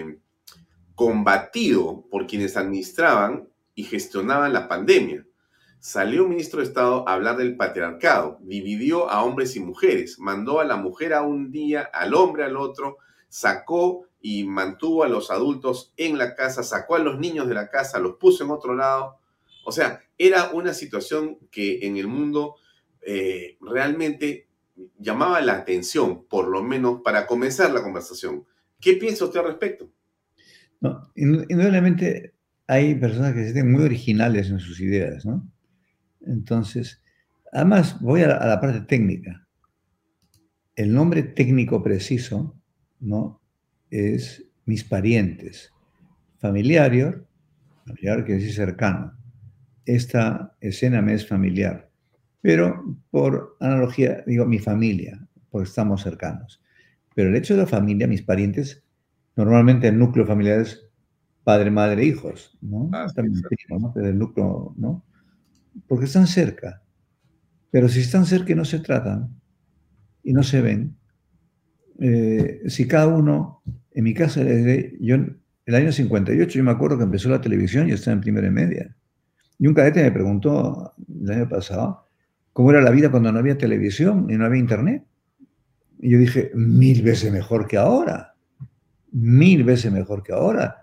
combatido por quienes administraban y gestionaban la pandemia. Salió un ministro de Estado a hablar del patriarcado, dividió a hombres y mujeres, mandó a la mujer a un día, al hombre al otro, sacó y mantuvo a los adultos en la casa, sacó a los niños de la casa, los puso en otro lado. O sea, era una situación que en el mundo realmente llamaba la atención, por lo menos para comenzar la conversación. ¿Qué piensa usted al respecto? No, indudablemente hay personas que se sienten muy originales en sus ideas, ¿no? Entonces, además voy a la parte técnica. El nombre técnico preciso, ¿no? Es mis parientes. Familiar quiere decir cercano. Esta escena me es familiar. Pero por analogía, digo mi familia, porque estamos cercanos. Pero el hecho de la familia, mis parientes, normalmente el núcleo familiar es padre, madre, hijos, ¿no? También primo, ¿no? Pero el núcleo, ¿no? Porque están cerca. Pero si están cerca y no se tratan y no se ven, si cada uno, en mi casa, yo, el año 58, yo me acuerdo que empezó la televisión y estaba en primera y media. Y un cadete me preguntó el año pasado, cómo era la vida cuando no había televisión y no había internet. Y yo dije, 1000 veces mejor que ahora. 1000 veces mejor que ahora.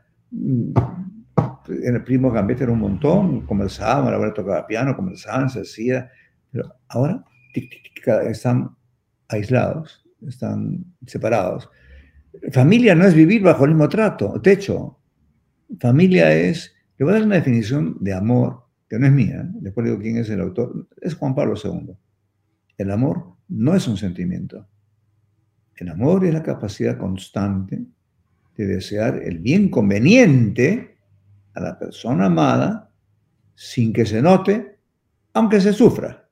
En el Primo Gambetta era un montón, conversaban, la abuela tocaba piano, conversaban, se hacía. Pero ahora están aislados, están separados. Familia no es vivir bajo el mismo techo. Familia es, le voy a dar una definición de amor, que no es mía, después digo quién es el autor, es Juan Pablo II. El amor no es un sentimiento. El amor es la capacidad constante de desear el bien conveniente a la persona amada sin que se note, aunque se sufra.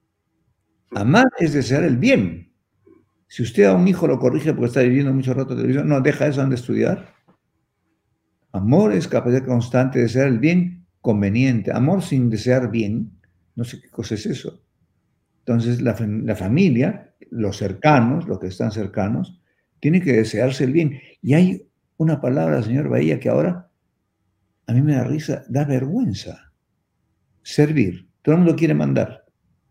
Amar es desear el bien. Si usted a un hijo lo corrige porque está viviendo mucho rato de televisión, no, deja eso, anda a estudiar. Amor es capacidad constante de desear el bien conveniente. Amor sin desear bien, no sé qué cosa es eso. Entonces, la familia, los cercanos, los que están cercanos, tienen que desearse el bien. Y hay una palabra, señor Bahía, que ahora a mí me da risa, da vergüenza. Servir. Todo el mundo quiere mandar.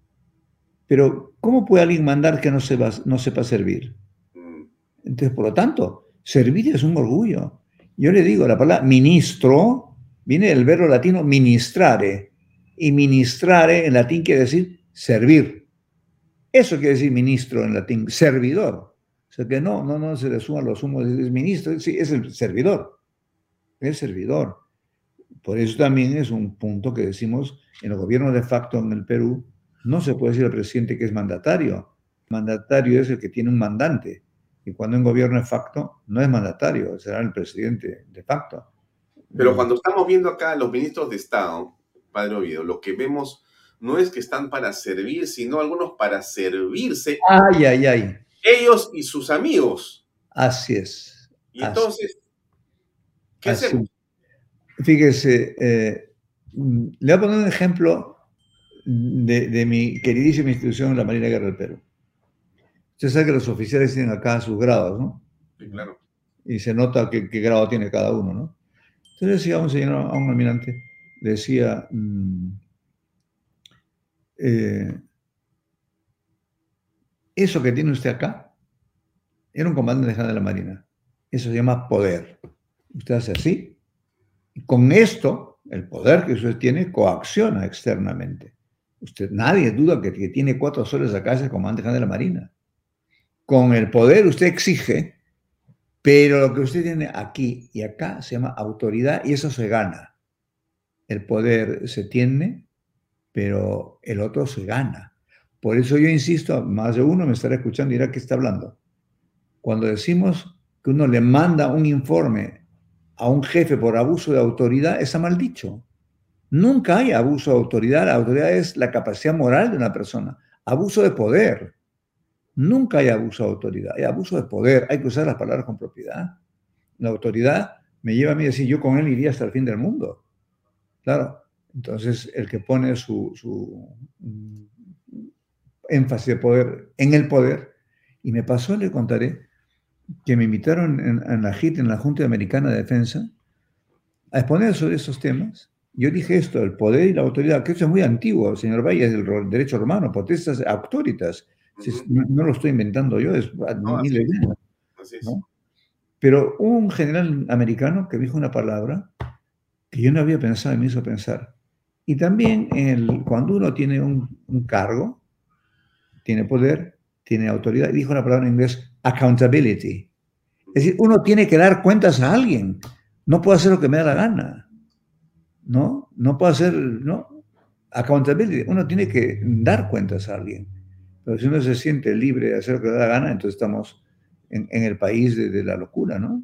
Pero, ¿cómo puede alguien mandar que no sepa servir? Entonces, por lo tanto, servir es un orgullo. Yo le digo, la palabra ministro viene del verbo latino ministrare. Y ministrare en latín quiere decir servir. Eso quiere decir ministro en latín, servidor. O sea que no se le suman los humos, es ministro, sí, es el servidor. El servidor. Por eso también es un punto que decimos en el gobierno de facto en el Perú, no se puede decir al presidente que es mandatario. Mandatario es el que tiene un mandante. Y cuando en gobierno de facto no es mandatario, será el presidente de facto. Pero cuando estamos viendo acá a los ministros de Estado, Padre Oviedo, lo que vemos no es que están para servir, sino algunos para servirse. Ay, ay, ay. Ellos y sus amigos. Así es. Y entonces, ¿qué hacemos? Fíjese, le voy a poner un ejemplo de mi queridísima institución, la Marina de Guerra del Perú. Usted sabe que los oficiales tienen acá sus grados, ¿no? Sí, claro. Y se nota qué grado tiene cada uno, ¿no? Entonces decía un señor, a un almirante, le decía, eso que tiene usted acá, era un comandante general de la Marina. Eso se llama poder. Usted hace así, y con esto, el poder que usted tiene, coacciona externamente. Nadie duda que tiene 4 soles acá es el comandante general de la Marina. Con el poder usted exige, pero lo que usted tiene aquí y acá se llama autoridad y eso se gana. El poder se tiene, pero el otro se gana. Por eso yo insisto, más de uno me estará escuchando y dirá que está hablando. Cuando decimos que uno le manda un informe a un jefe por abuso de autoridad, está mal dicho. Nunca hay abuso de autoridad. La autoridad es la capacidad moral de una persona. Abuso de poder. Nunca hay abuso de autoridad. Hay abuso de poder. Hay que usar las palabras con propiedad. La autoridad me lleva a mí a decir, yo con él iría hasta el fin del mundo. Claro. Entonces, el que pone su énfasis de poder en el poder, y me pasó, le contaré, que me invitaron en la JIT, en la Junta Americana de Defensa, a exponer sobre esos temas. Yo dije esto, el poder y la autoridad, que eso es muy antiguo, señor Valle, es del derecho romano, potestas auctoritas. No lo estoy inventando yo, es miles de años. ¿No? Pero hubo un general americano que dijo una palabra que yo no había pensado y me hizo pensar. Y también cuando uno tiene un cargo, tiene poder, tiene autoridad, dijo una palabra en inglés, accountability. Es decir, uno tiene que dar cuentas a alguien. No puedo hacer lo que me da la gana. ¿No? No puedo hacer, ¿no? Accountability. Uno tiene que dar cuentas a alguien. Pero si uno se siente libre de hacer lo que le da la gana, entonces estamos en el país de la locura, ¿no?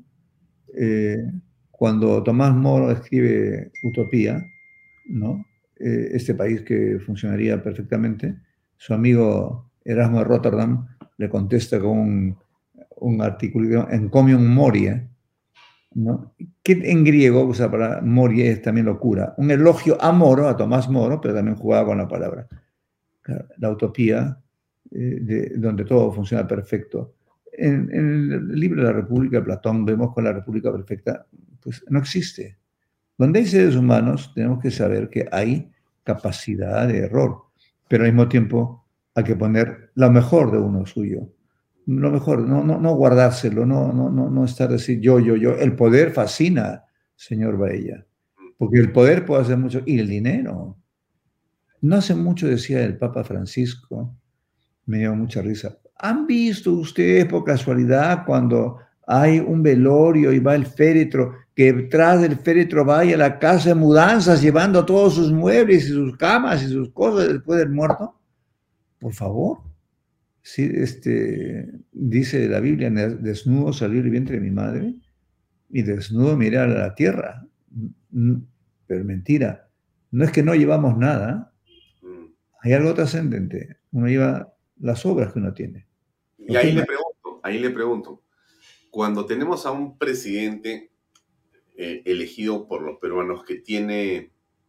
Cuando Tomás Moro escribe Utopía, ¿no? Este país que funcionaría perfectamente, su amigo Erasmo de Rotterdam le contesta con un artículo Encomium Moria, ¿no? Que en griego usa para moria es también locura. Un elogio a Moro, a Tomás Moro, pero también jugaba con la palabra. Claro, la utopía, donde todo funciona perfecto. En el libro de la República de Platón vemos que la República Perfecta pues, no existe. Donde hay seres humanos tenemos que saber que hay capacidad de error. pero al mismo tiempo hay que poner lo mejor de uno suyo. Lo mejor, no guardárselo, no estar decir yo. El poder fascina, señor Baella, porque el poder puede hacer mucho, y el dinero. No hace mucho decía el Papa Francisco, me dio mucha risa. ¿Han visto ustedes por casualidad cuando hay un velorio y va el féretro, que detrás del féretro vaya a la casa de mudanzas llevando todos sus muebles y sus camas y sus cosas después del muerto? Por favor. Sí, dice la Biblia, desnudo salió el vientre de mi madre y desnudo miré a la tierra. Pero mentira, no es que no llevamos nada, hay algo trascendente, uno lleva las obras que uno tiene. Y ahí le pregunto, cuando tenemos a un presidente elegido por los peruanos que tiene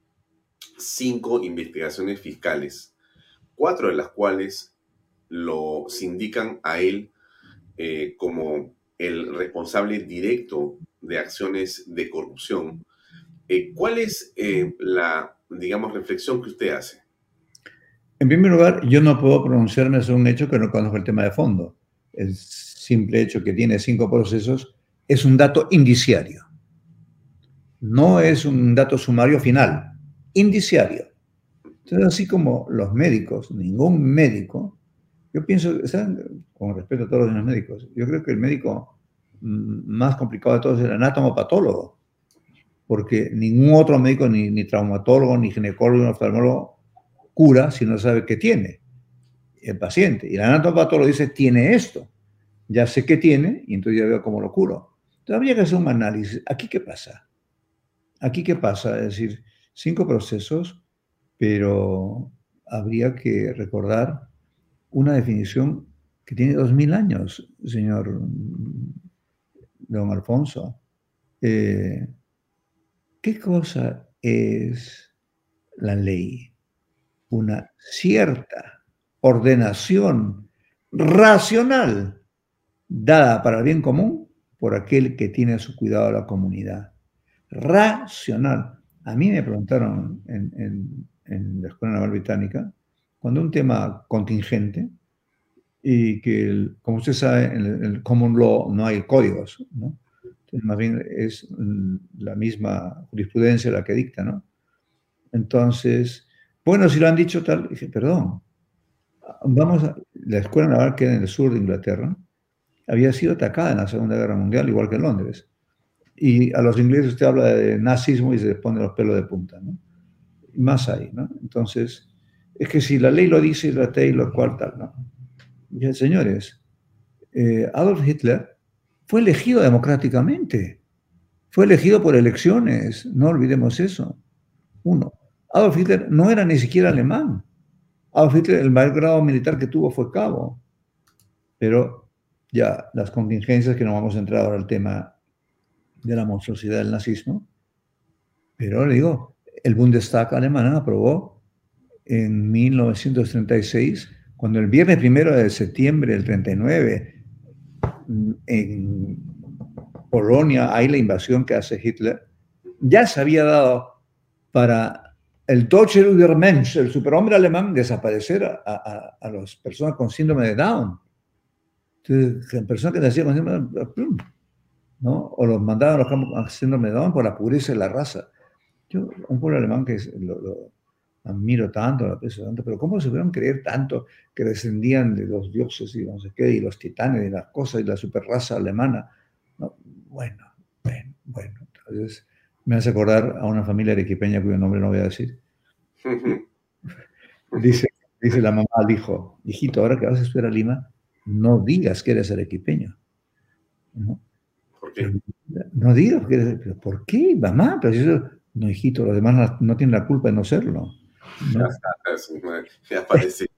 5 investigaciones fiscales, 4 de las cuales lo sindican a él como el responsable directo de acciones de corrupción, ¿cuál es la, digamos, reflexión que usted hace? En primer lugar, yo no puedo pronunciarme sobre un hecho que no conozco el tema de fondo. El simple hecho que tiene 5 procesos es un dato indiciario. No es un dato sumario final, indiciario. Entonces, así como los médicos, ningún médico, yo pienso, con respeto a todos los médicos, yo creo que el médico más complicado de todos es el anatomopatólogo, porque ningún otro médico, ni traumatólogo, ni ginecólogo, ni oftalmólogo, cura si no sabe qué tiene el paciente. Y el anatomopatólogo dice, tiene esto, ya sé qué tiene, y entonces ya veo cómo lo curo. Entonces habría que hacer un análisis. ¿Aquí qué pasa? ¿Aquí qué pasa? Es decir, 5 procesos, pero habría que recordar una definición que tiene 2000 años, señor don Alfonso. ¿Qué cosa es la ley? Una cierta ordenación racional dada para el bien común por aquel que tiene a su cuidado a la comunidad. Racional. A mí me preguntaron en la Escuela Naval Británica, cuando un tema contingente, y que, como usted sabe, en el common law no hay códigos, ¿no? Entonces, más bien es la misma jurisprudencia la que dicta, ¿no? Entonces, bueno, si lo han dicho tal, dije, perdón, la Escuela Naval que en el sur de Inglaterra había sido atacada en la Segunda Guerra Mundial, igual que Londres. Y a los ingleses usted habla de nazismo y se les pone los pelos de punta, ¿no? Y más ahí, ¿no? Entonces, es que si la ley lo dice, la ley lo cual tal, ¿no? Y señores, Adolf Hitler fue elegido democráticamente, fue elegido por elecciones, no olvidemos eso. 1. Adolf Hitler no era ni siquiera alemán. Adolf Hitler, el mayor grado militar que tuvo fue cabo. Pero ya las contingencias, que no vamos a entrar ahora al tema de la monstruosidad del nazismo, pero le digo, el Bundestag alemán aprobó en 1936, cuando el viernes 1 de septiembre del 39 en Polonia hay la invasión que hace Hitler, ya se había dado para el Deutsche Übermensch, el superhombre alemán, desaparecer a las personas con síndrome de Down. Entonces, personas que nacían con síndrome de Down, ¿no? O los mandaban a los campos con síndrome de Down por la pureza de la raza. Yo, un pueblo alemán que lo admiro tanto, lo aprecio tanto, pero ¿cómo se pudieron creer tanto que descendían de los dioses y no sé qué, y los titanes y las cosas y la superraza alemana? No, bueno. Entonces me hace acordar a una familia arequipeña cuyo nombre no voy a decir. Dice la mamá al hijo, hijito, ahora que vas a estudiar a Lima, no digas que eres arequipeño, ¿no? ¿Por qué? No digas que eres, ¿pero por qué, mamá? Pero si eso, no, hijito, los demás no tienen la culpa de no serlo, ¿no? Ya parece.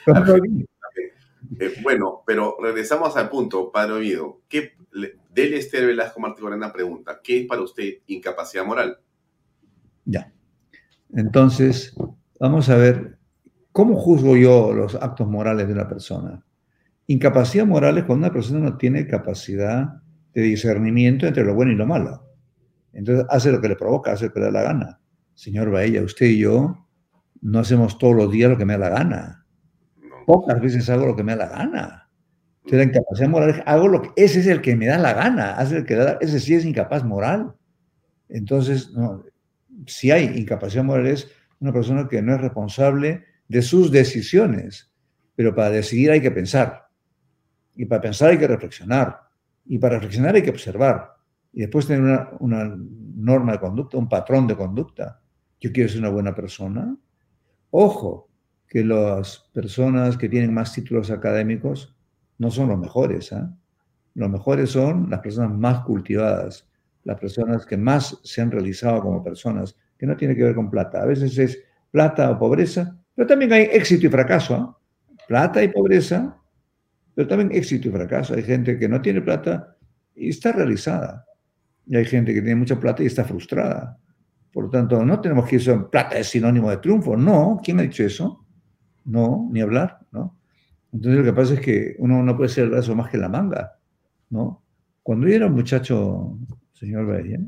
Bueno, pero regresamos al punto, padre Oviedo. Del Esther Velasco Martí Corena pregunta, ¿qué es para usted incapacidad moral? Ya. Entonces, vamos a ver, ¿cómo juzgo yo los actos morales de una persona? Incapacidad moral es cuando una persona no tiene capacidad de discernimiento entre lo bueno y lo malo. Entonces, hace lo que le provoca, hace lo que le da la gana. Señor Baella, usted y yo No hacemos todos los días lo que me da la gana. No. Pocas veces hago lo que me da la gana. Entonces, la incapacidad moral es, hago lo que, ese es el que me da la gana, ese sí es incapaz moral. Entonces, no, si hay incapacidad moral es una persona que no es responsable de sus decisiones, pero para decidir hay que pensar, y para pensar hay que reflexionar, y para reflexionar hay que observar, y después tener una norma de conducta, un patrón de conducta. Yo quiero ser una buena persona. Ojo, que las personas que tienen más títulos académicos no son los mejores, ¿eh? Los mejores son las personas más cultivadas, las personas que más se han realizado como personas, que no tiene que ver con plata. A veces es plata o pobreza, pero también hay éxito y fracaso, ¿eh? Plata y pobreza, pero también éxito y fracaso. Hay gente que no tiene plata y está realizada. Y hay gente que tiene mucha plata y está frustrada. Por lo tanto, no tenemos que decir plata es sinónimo de triunfo. No, ¿quién ha dicho eso? No, ni hablar, ¿no? Entonces lo que pasa es que uno no puede ser el brazo más que la manga, ¿no? Cuando yo era un muchacho, señor Bahía,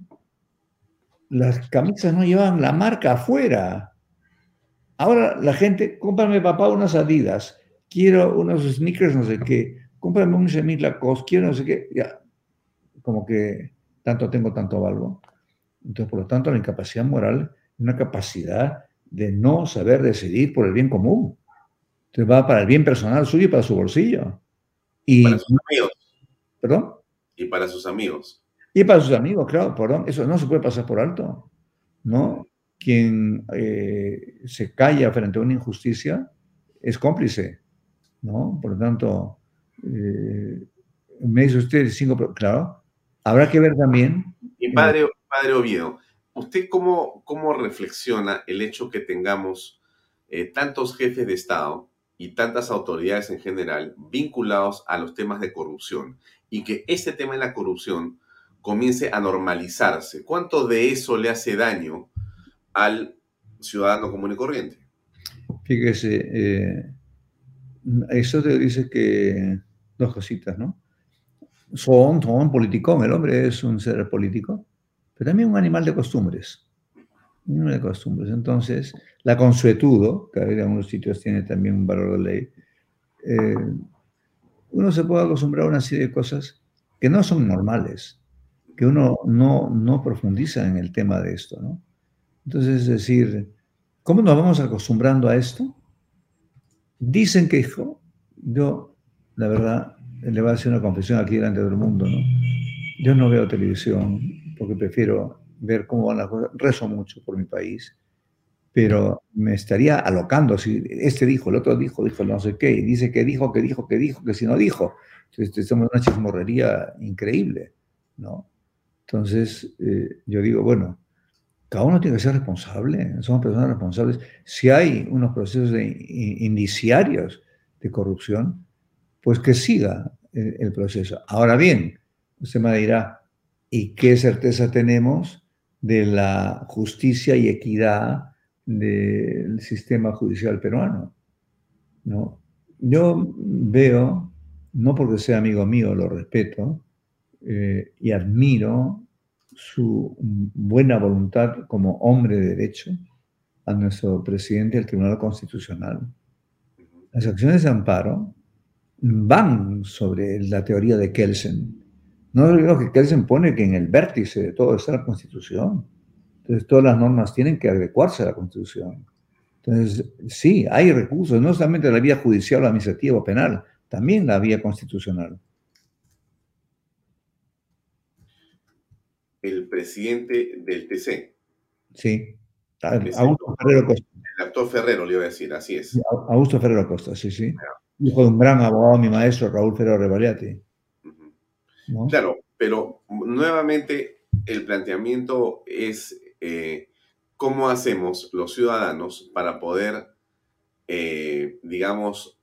las camisas no llevaban la marca afuera. Ahora la gente, cómprame papá unas Adidas, quiero unos sneakers, no sé qué, cómprame un Chemis Lacoste, quiero no sé qué, ya, como que tanto tengo, tanto valgo. Entonces, por lo tanto, la incapacidad moral es una capacidad de no saber decidir por el bien común. Entonces va para el bien personal suyo y para su bolsillo. Y para sus amigos. ¿Perdón? Y para sus amigos. Y para sus amigos, claro, perdón. Eso no se puede pasar por alto, ¿no? Quien se calla frente a una injusticia es cómplice, ¿no? Por lo tanto, me dice usted 5, claro, habrá que ver también. Y padre Oviedo, ¿usted cómo reflexiona el hecho que tengamos tantos jefes de Estado y tantas autoridades en general vinculados a los temas de corrupción y que este tema de la corrupción comience a normalizarse? ¿Cuánto de eso le hace daño al ciudadano común y corriente? Fíjese, eso te dice que dos cositas, ¿no? Son politicón, el hombre es un ser político, pero también un animal de costumbres. Un animal de costumbres. Entonces, la consuetudo, que en algunos sitios tiene también un valor de ley, uno se puede acostumbrar a una serie de cosas que no son normales, que uno no profundiza en el tema de esto, ¿no? Entonces, es decir, ¿cómo nos vamos acostumbrando a esto? Dicen que, hijo, yo, la verdad, le voy a hacer una confesión aquí delante de todo el mundo, ¿no? Yo no veo televisión porque prefiero ver cómo van las cosas. Rezo mucho por mi país, pero me estaría alocando si este dijo, el otro dijo no sé qué, y dice que dijo, que si no dijo. Entonces, estamos en una chismorrería increíble, ¿no? Entonces, yo digo, bueno, cada uno tiene que ser responsable, somos personas responsables. Si hay unos procesos indiciarios de corrupción, pues que siga el proceso. Ahora bien, usted me dirá, ¿y qué certeza tenemos de la justicia y equidad del sistema judicial peruano? ¿No? Yo veo, no porque sea amigo mío, lo respeto y admiro su buena voluntad como hombre de derecho a nuestro presidente del Tribunal Constitucional. Las acciones de amparo van sobre la teoría de Kelsen. No olvidemos que Kelsen pone que en el vértice de todo está la Constitución. Entonces, todas las normas tienen que adecuarse a la Constitución. Entonces, sí, hay recursos, no solamente la vía judicial, administrativa o penal, también la vía constitucional. El presidente del TC. Sí, Augusto Ferrero Costa. El actor Ferrero, le iba a decir, así es. Augusto Ferrero Costa, sí, sí. Hijo de un gran abogado, mi maestro, Raúl Ferrero Revaliati. ¿No? Claro, pero nuevamente el planteamiento es cómo hacemos los ciudadanos para poder, digamos,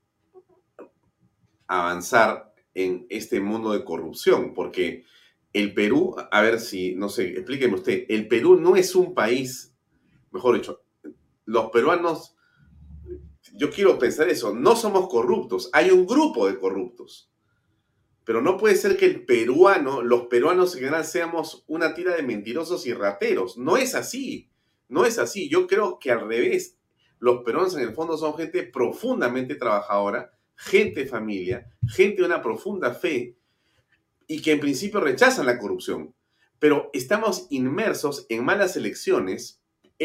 avanzar en este mundo de corrupción, porque el Perú, a ver si, no sé, explíqueme usted, el Perú no es un país, mejor dicho, los peruanos, yo quiero pensar eso, no somos corruptos, hay un grupo de corruptos, pero no puede ser que los peruanos en general seamos una tira de mentirosos y rateros, no es así, yo creo que al revés, Los peruanos en el fondo son gente profundamente trabajadora, gente de familia, gente de una profunda fe y que en principio rechazan la corrupción. Pero estamos inmersos en malas elecciones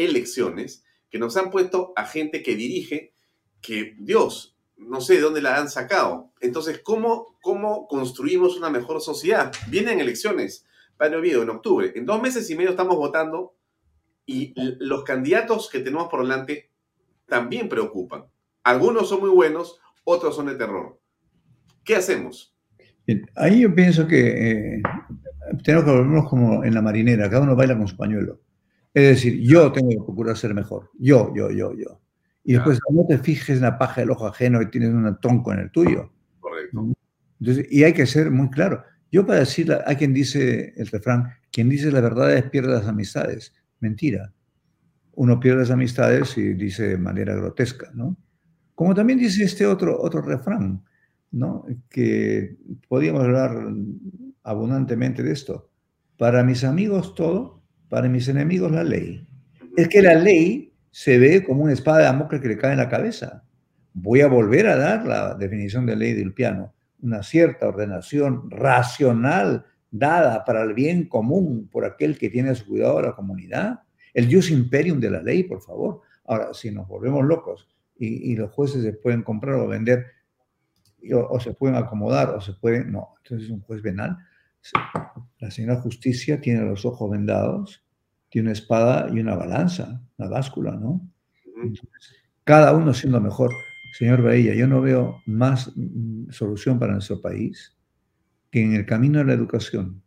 que nos han puesto a gente que dirige, que Dios, no sé de dónde la han sacado. Entonces, ¿cómo construimos una mejor sociedad? Vienen elecciones, Padre Oviedo, en octubre. En 2 meses y medio estamos votando y los candidatos que tenemos por delante también preocupan. Algunos son muy buenos, otros son de terror. ¿Qué hacemos? Bien, ahí yo pienso que tenemos que volvernos como en la marinera, cada uno baila con su pañuelo. Es decir, yo tengo que procurar ser mejor. Yo. Y después no te fijes en la paja del ojo ajeno y tienes un tronco en el tuyo. Correcto. Entonces, y hay que ser muy claro. Yo para decir, hay quien dice el refrán, quien dice las verdades pierde las amistades. Mentira. Uno pierde las amistades y dice de manera grotesca, ¿no? Como también dice este otro refrán, ¿no? Que podíamos hablar abundantemente de esto. Para mis amigos todo, para mis enemigos la ley. Es que la ley se ve como una espada de Damocles que le cae en la cabeza. Voy a volver a dar la definición de ley del piano. Una cierta ordenación racional dada para el bien común por aquel que tiene a su cuidado a la comunidad. El jus imperium de la ley, por favor. Ahora, si nos volvemos locos y los jueces se pueden comprar o vender o se pueden acomodar o se pueden... No, entonces es un juez venal. La señora Justicia tiene los ojos vendados, tiene una espada y una balanza, una báscula, ¿no? Entonces, cada uno siendo mejor. Señor Bahía, yo no veo más solución para nuestro país que en el camino de la educación.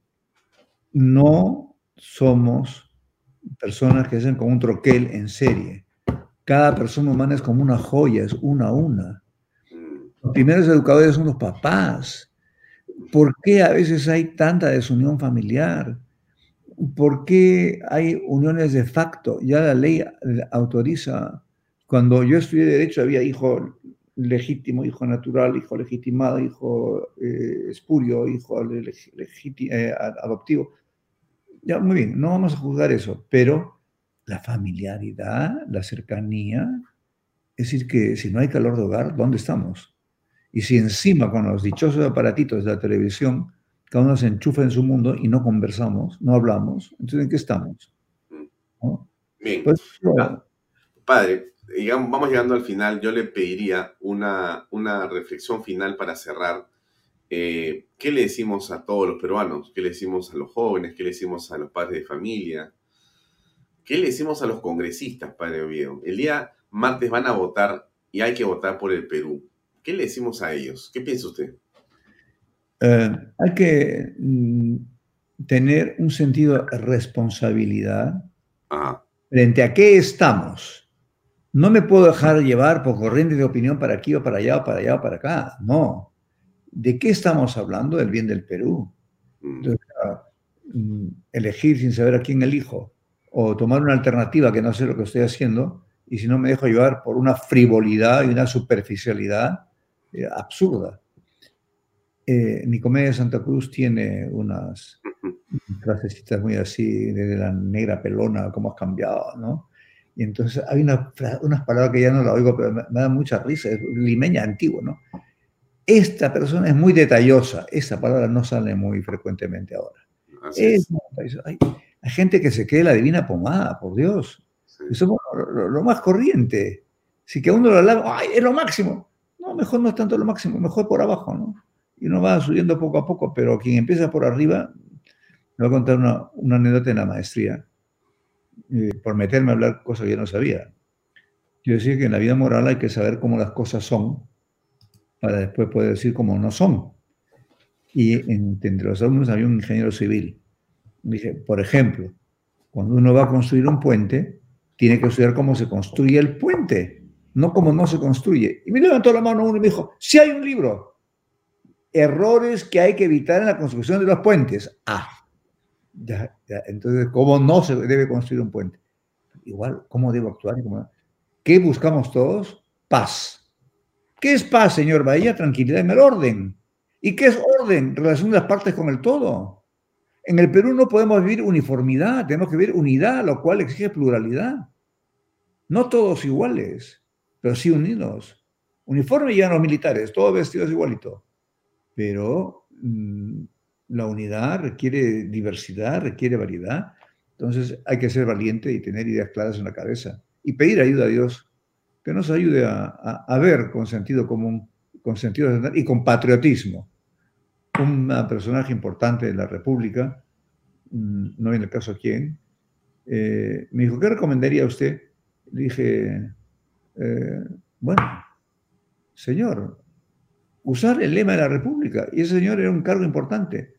No somos personas que hacen con un troquel en serie. Cada persona humana es como una joya, es una a una. Los primeros educadores son los papás. ¿Por qué a veces hay tanta desunión familiar? ¿Por qué hay uniones de facto? Ya la ley autoriza. Cuando yo estudié Derecho había hijo legítimo, hijo natural, hijo legitimado, hijo espurio, hijo adoptivo. Ya, muy bien, no vamos a juzgar eso, pero la familiaridad, la cercanía, es decir, que si no hay calor de hogar, ¿dónde estamos? Y si encima con los dichosos aparatitos de la televisión, cada uno se enchufa en su mundo y no conversamos, no hablamos, entonces ¿en qué estamos? ¿No? Bien. Pues, Padre, digamos, vamos llegando al final. Yo le pediría una reflexión final para cerrar. ¿Qué le decimos a todos los peruanos? ¿Qué le decimos a los jóvenes? ¿Qué le decimos a los padres de familia? ¿Qué le decimos a los congresistas, Padre Oviedo? El día martes van a votar y hay que votar por el Perú. ¿Qué le decimos a ellos? ¿Qué piensa usted? Hay que tener un sentido de responsabilidad frente a qué estamos. No me puedo dejar llevar por corrientes de opinión para aquí o para allá o para allá o para acá. No. ¿De qué estamos hablando? Del bien del Perú. Entonces, elegir sin saber a quién elijo o tomar una alternativa que no sé lo que estoy haciendo y si no me dejo llevar por una frivolidad y una superficialidad absurda. Nicomedes de Santa Cruz tiene unas frasecitas muy así, de la negra pelona, cómo has cambiado, ¿no? Y entonces hay unas palabras que ya no la oigo, pero me da mucha risa, es limeña antiguo, ¿no? Esta persona es muy detallosa, esa palabra no sale muy frecuentemente ahora. Hay gente que se cree la divina pomada, por Dios. Sí. Somos lo más corriente. Si que a uno lo alaba, ¡ay, es lo máximo! No, mejor no es tanto lo máximo, mejor por abajo, ¿no? Y uno va subiendo poco a poco, pero quien empieza por arriba, me voy a contar una anécdota en la maestría, por meterme a hablar cosas que yo no sabía. Yo decía que en la vida moral hay que saber cómo las cosas son, para después poder decir cómo no son. Y entre los alumnos había un ingeniero civil. Dije, por ejemplo, cuando uno va a construir un puente, tiene que estudiar cómo se construye el puente, no cómo no se construye. Y me levantó la mano uno y me dijo, sí hay un libro. Errores que hay que evitar en la construcción de los puentes. Ya. Entonces, ¿cómo no se debe construir un puente? Igual, ¿cómo debo actuar? ¿Qué buscamos todos? Paz. ¿Qué es paz, señor Bahía? Tranquilidad en el orden. ¿Y qué es orden? Relación de las partes con el todo. En el Perú no podemos vivir uniformidad, tenemos que vivir unidad, lo cual exige pluralidad. No todos iguales, pero sí unidos. Uniforme llevan los militares, todos vestidos igualito. Pero la unidad requiere diversidad, requiere variedad. Entonces hay que ser valiente y tener ideas claras en la cabeza. Y pedir ayuda a Dios, que nos ayude a ver con sentido común, con sentido y con patriotismo. Un personaje importante de la República, no viene el caso a quién, me dijo, ¿qué recomendaría a usted? Le dije, bueno, señor, usar el lema de la República. Y ese señor era un cargo importante.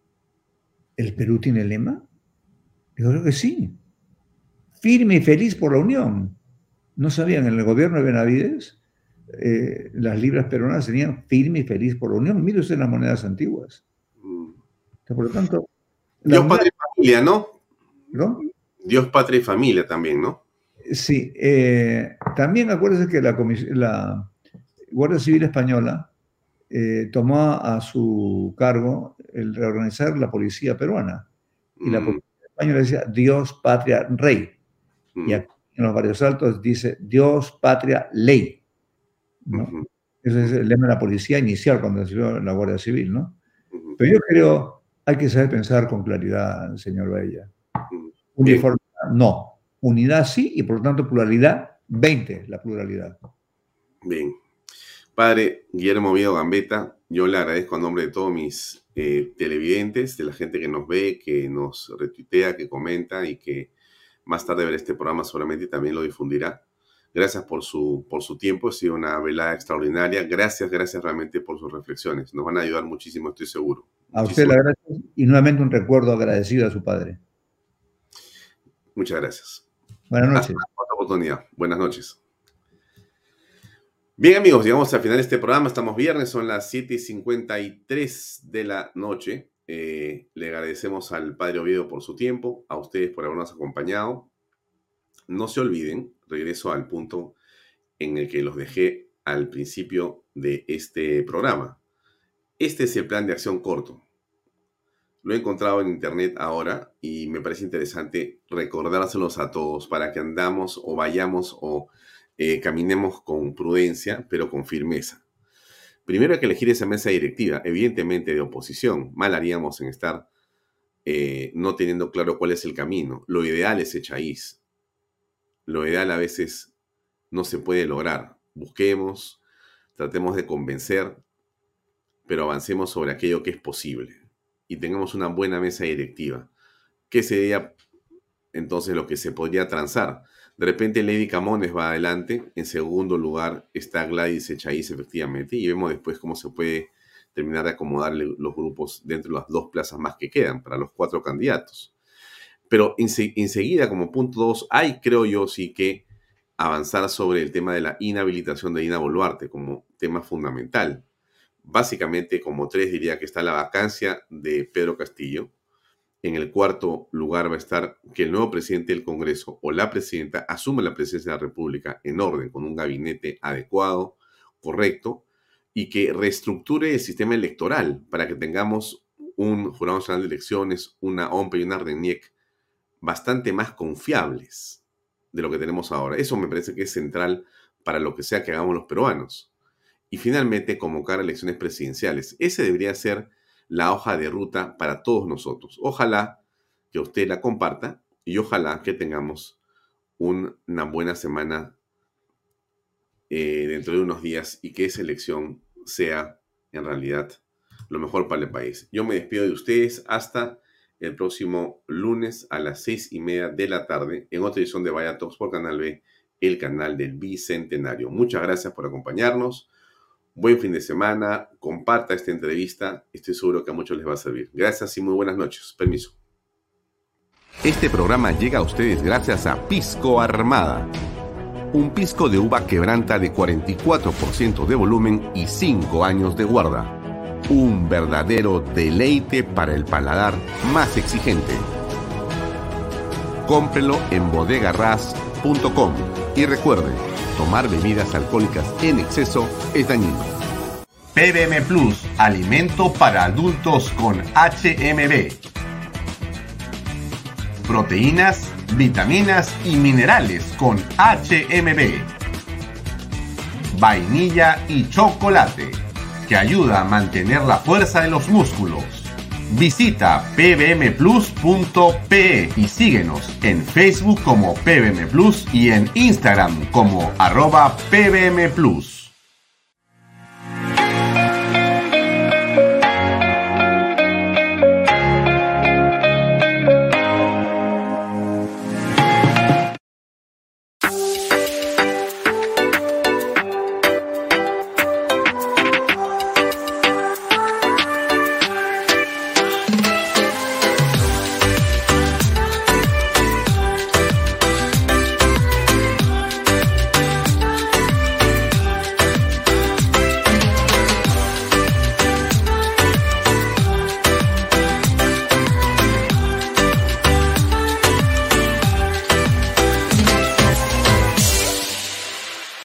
¿El Perú tiene lema? Yo creo que sí. Firme y feliz por la unión. ¿No sabían? En el gobierno de Benavides, las libras peruanas tenían firme y feliz por la unión. Mire usted las monedas antiguas. Por lo tanto... Dios, patria y familia, ¿no? ¿No? Dios, patria y familia también, ¿no? Sí. También acuérdense que la Guardia Civil Española tomó a su cargo el reorganizar la policía peruana. Y la policía española decía Dios, patria, rey. Y aquí en los Barrios Altos dice Dios, patria, ley, ¿no? Ese es el lema de la policía inicial cuando nació la Guardia Civil, ¿no? Pero yo creo, hay que saber pensar con claridad, señor Baella. Uniformidad, no. Unidad sí, y por lo tanto pluralidad, 20, la pluralidad. Bien. Padre Guillermo Oviedo Gambetta, yo le agradezco a nombre de todos mis televidentes, de la gente que nos ve, que nos retuitea, que comenta y que más tarde verá este programa seguramente y también lo difundirá. Gracias por su tiempo, ha sido una velada extraordinaria. Gracias realmente por sus reflexiones. Nos van a ayudar muchísimo, estoy seguro. A usted le agradezco y nuevamente un recuerdo agradecido a su padre. Muchas gracias. Buenas noches. Hasta otra oportunidad. Buenas noches. Bien, amigos, llegamos al final de este programa. Estamos viernes, son las 7:53 de la noche. Le agradecemos al Padre Oviedo por su tiempo, a ustedes por habernos acompañado. No se olviden, regreso al punto en el que los dejé al principio de este programa. Este es el plan de acción corto. Lo he encontrado en internet ahora y me parece interesante recordárselos a todos para que andamos o vayamos o caminemos con prudencia, pero con firmeza. Primero hay que elegir esa mesa directiva, evidentemente de oposición. Mal haríamos en estar no teniendo claro cuál es el camino. Lo ideal es Echaíz. Lo ideal a veces no se puede lograr. Busquemos, tratemos de convencer, pero avancemos sobre aquello que es posible. Y tengamos una buena mesa directiva. ¿Qué sería entonces lo que se podría transar? De repente Lady Camones va adelante, en segundo lugar está Gladys Echaíz efectivamente, y vemos después cómo se puede terminar de acomodar los grupos dentro de las dos plazas más que quedan para los 4 candidatos. Pero enseguida, como punto 2, hay, creo yo, sí que avanzar sobre el tema de la inhabilitación de Dina Boluarte como tema fundamental. Básicamente, como 3, diría que está la vacancia de Pedro Castillo. En el cuarto lugar va a estar que el nuevo presidente del Congreso o la presidenta asuma la presidencia de la República en orden, con un gabinete adecuado, correcto, y que reestructure el sistema electoral para que tengamos un Jurado Nacional de Elecciones, una OMPE y una RENIEC bastante más confiables de lo que tenemos ahora. Eso me parece que es central para lo que sea que hagamos los peruanos. Y finalmente, convocar elecciones presidenciales. Ese debería ser la hoja de ruta para todos nosotros. Ojalá que usted la comparta y ojalá que tengamos una buena semana dentro de unos días y que esa elección sea en realidad lo mejor para el país. Yo me despido de ustedes hasta el próximo lunes a las 6:30 de la tarde en otra edición de Vaya Talks por Canal B, el canal del Bicentenario. Muchas gracias por acompañarnos. Buen fin de semana, comparta esta entrevista, estoy seguro que a muchos les va a servir. Gracias y muy buenas noches. Permiso. Este programa llega a ustedes gracias a Pisco Armada. Un pisco de uva quebranta de 44% de volumen y 5 años de guarda. Un verdadero deleite para el paladar más exigente. Cómprelo en bodegarras.com y recuerde, tomar bebidas alcohólicas en exceso es dañino. PBM Plus, alimento para adultos con HMB. Proteínas vitaminas y minerales con HMB. Vainilla y chocolate, que ayuda a mantener la fuerza de los músculos. Visita pbmplus.pe y síguenos en Facebook como pbmplus y en Instagram como @pbmplus.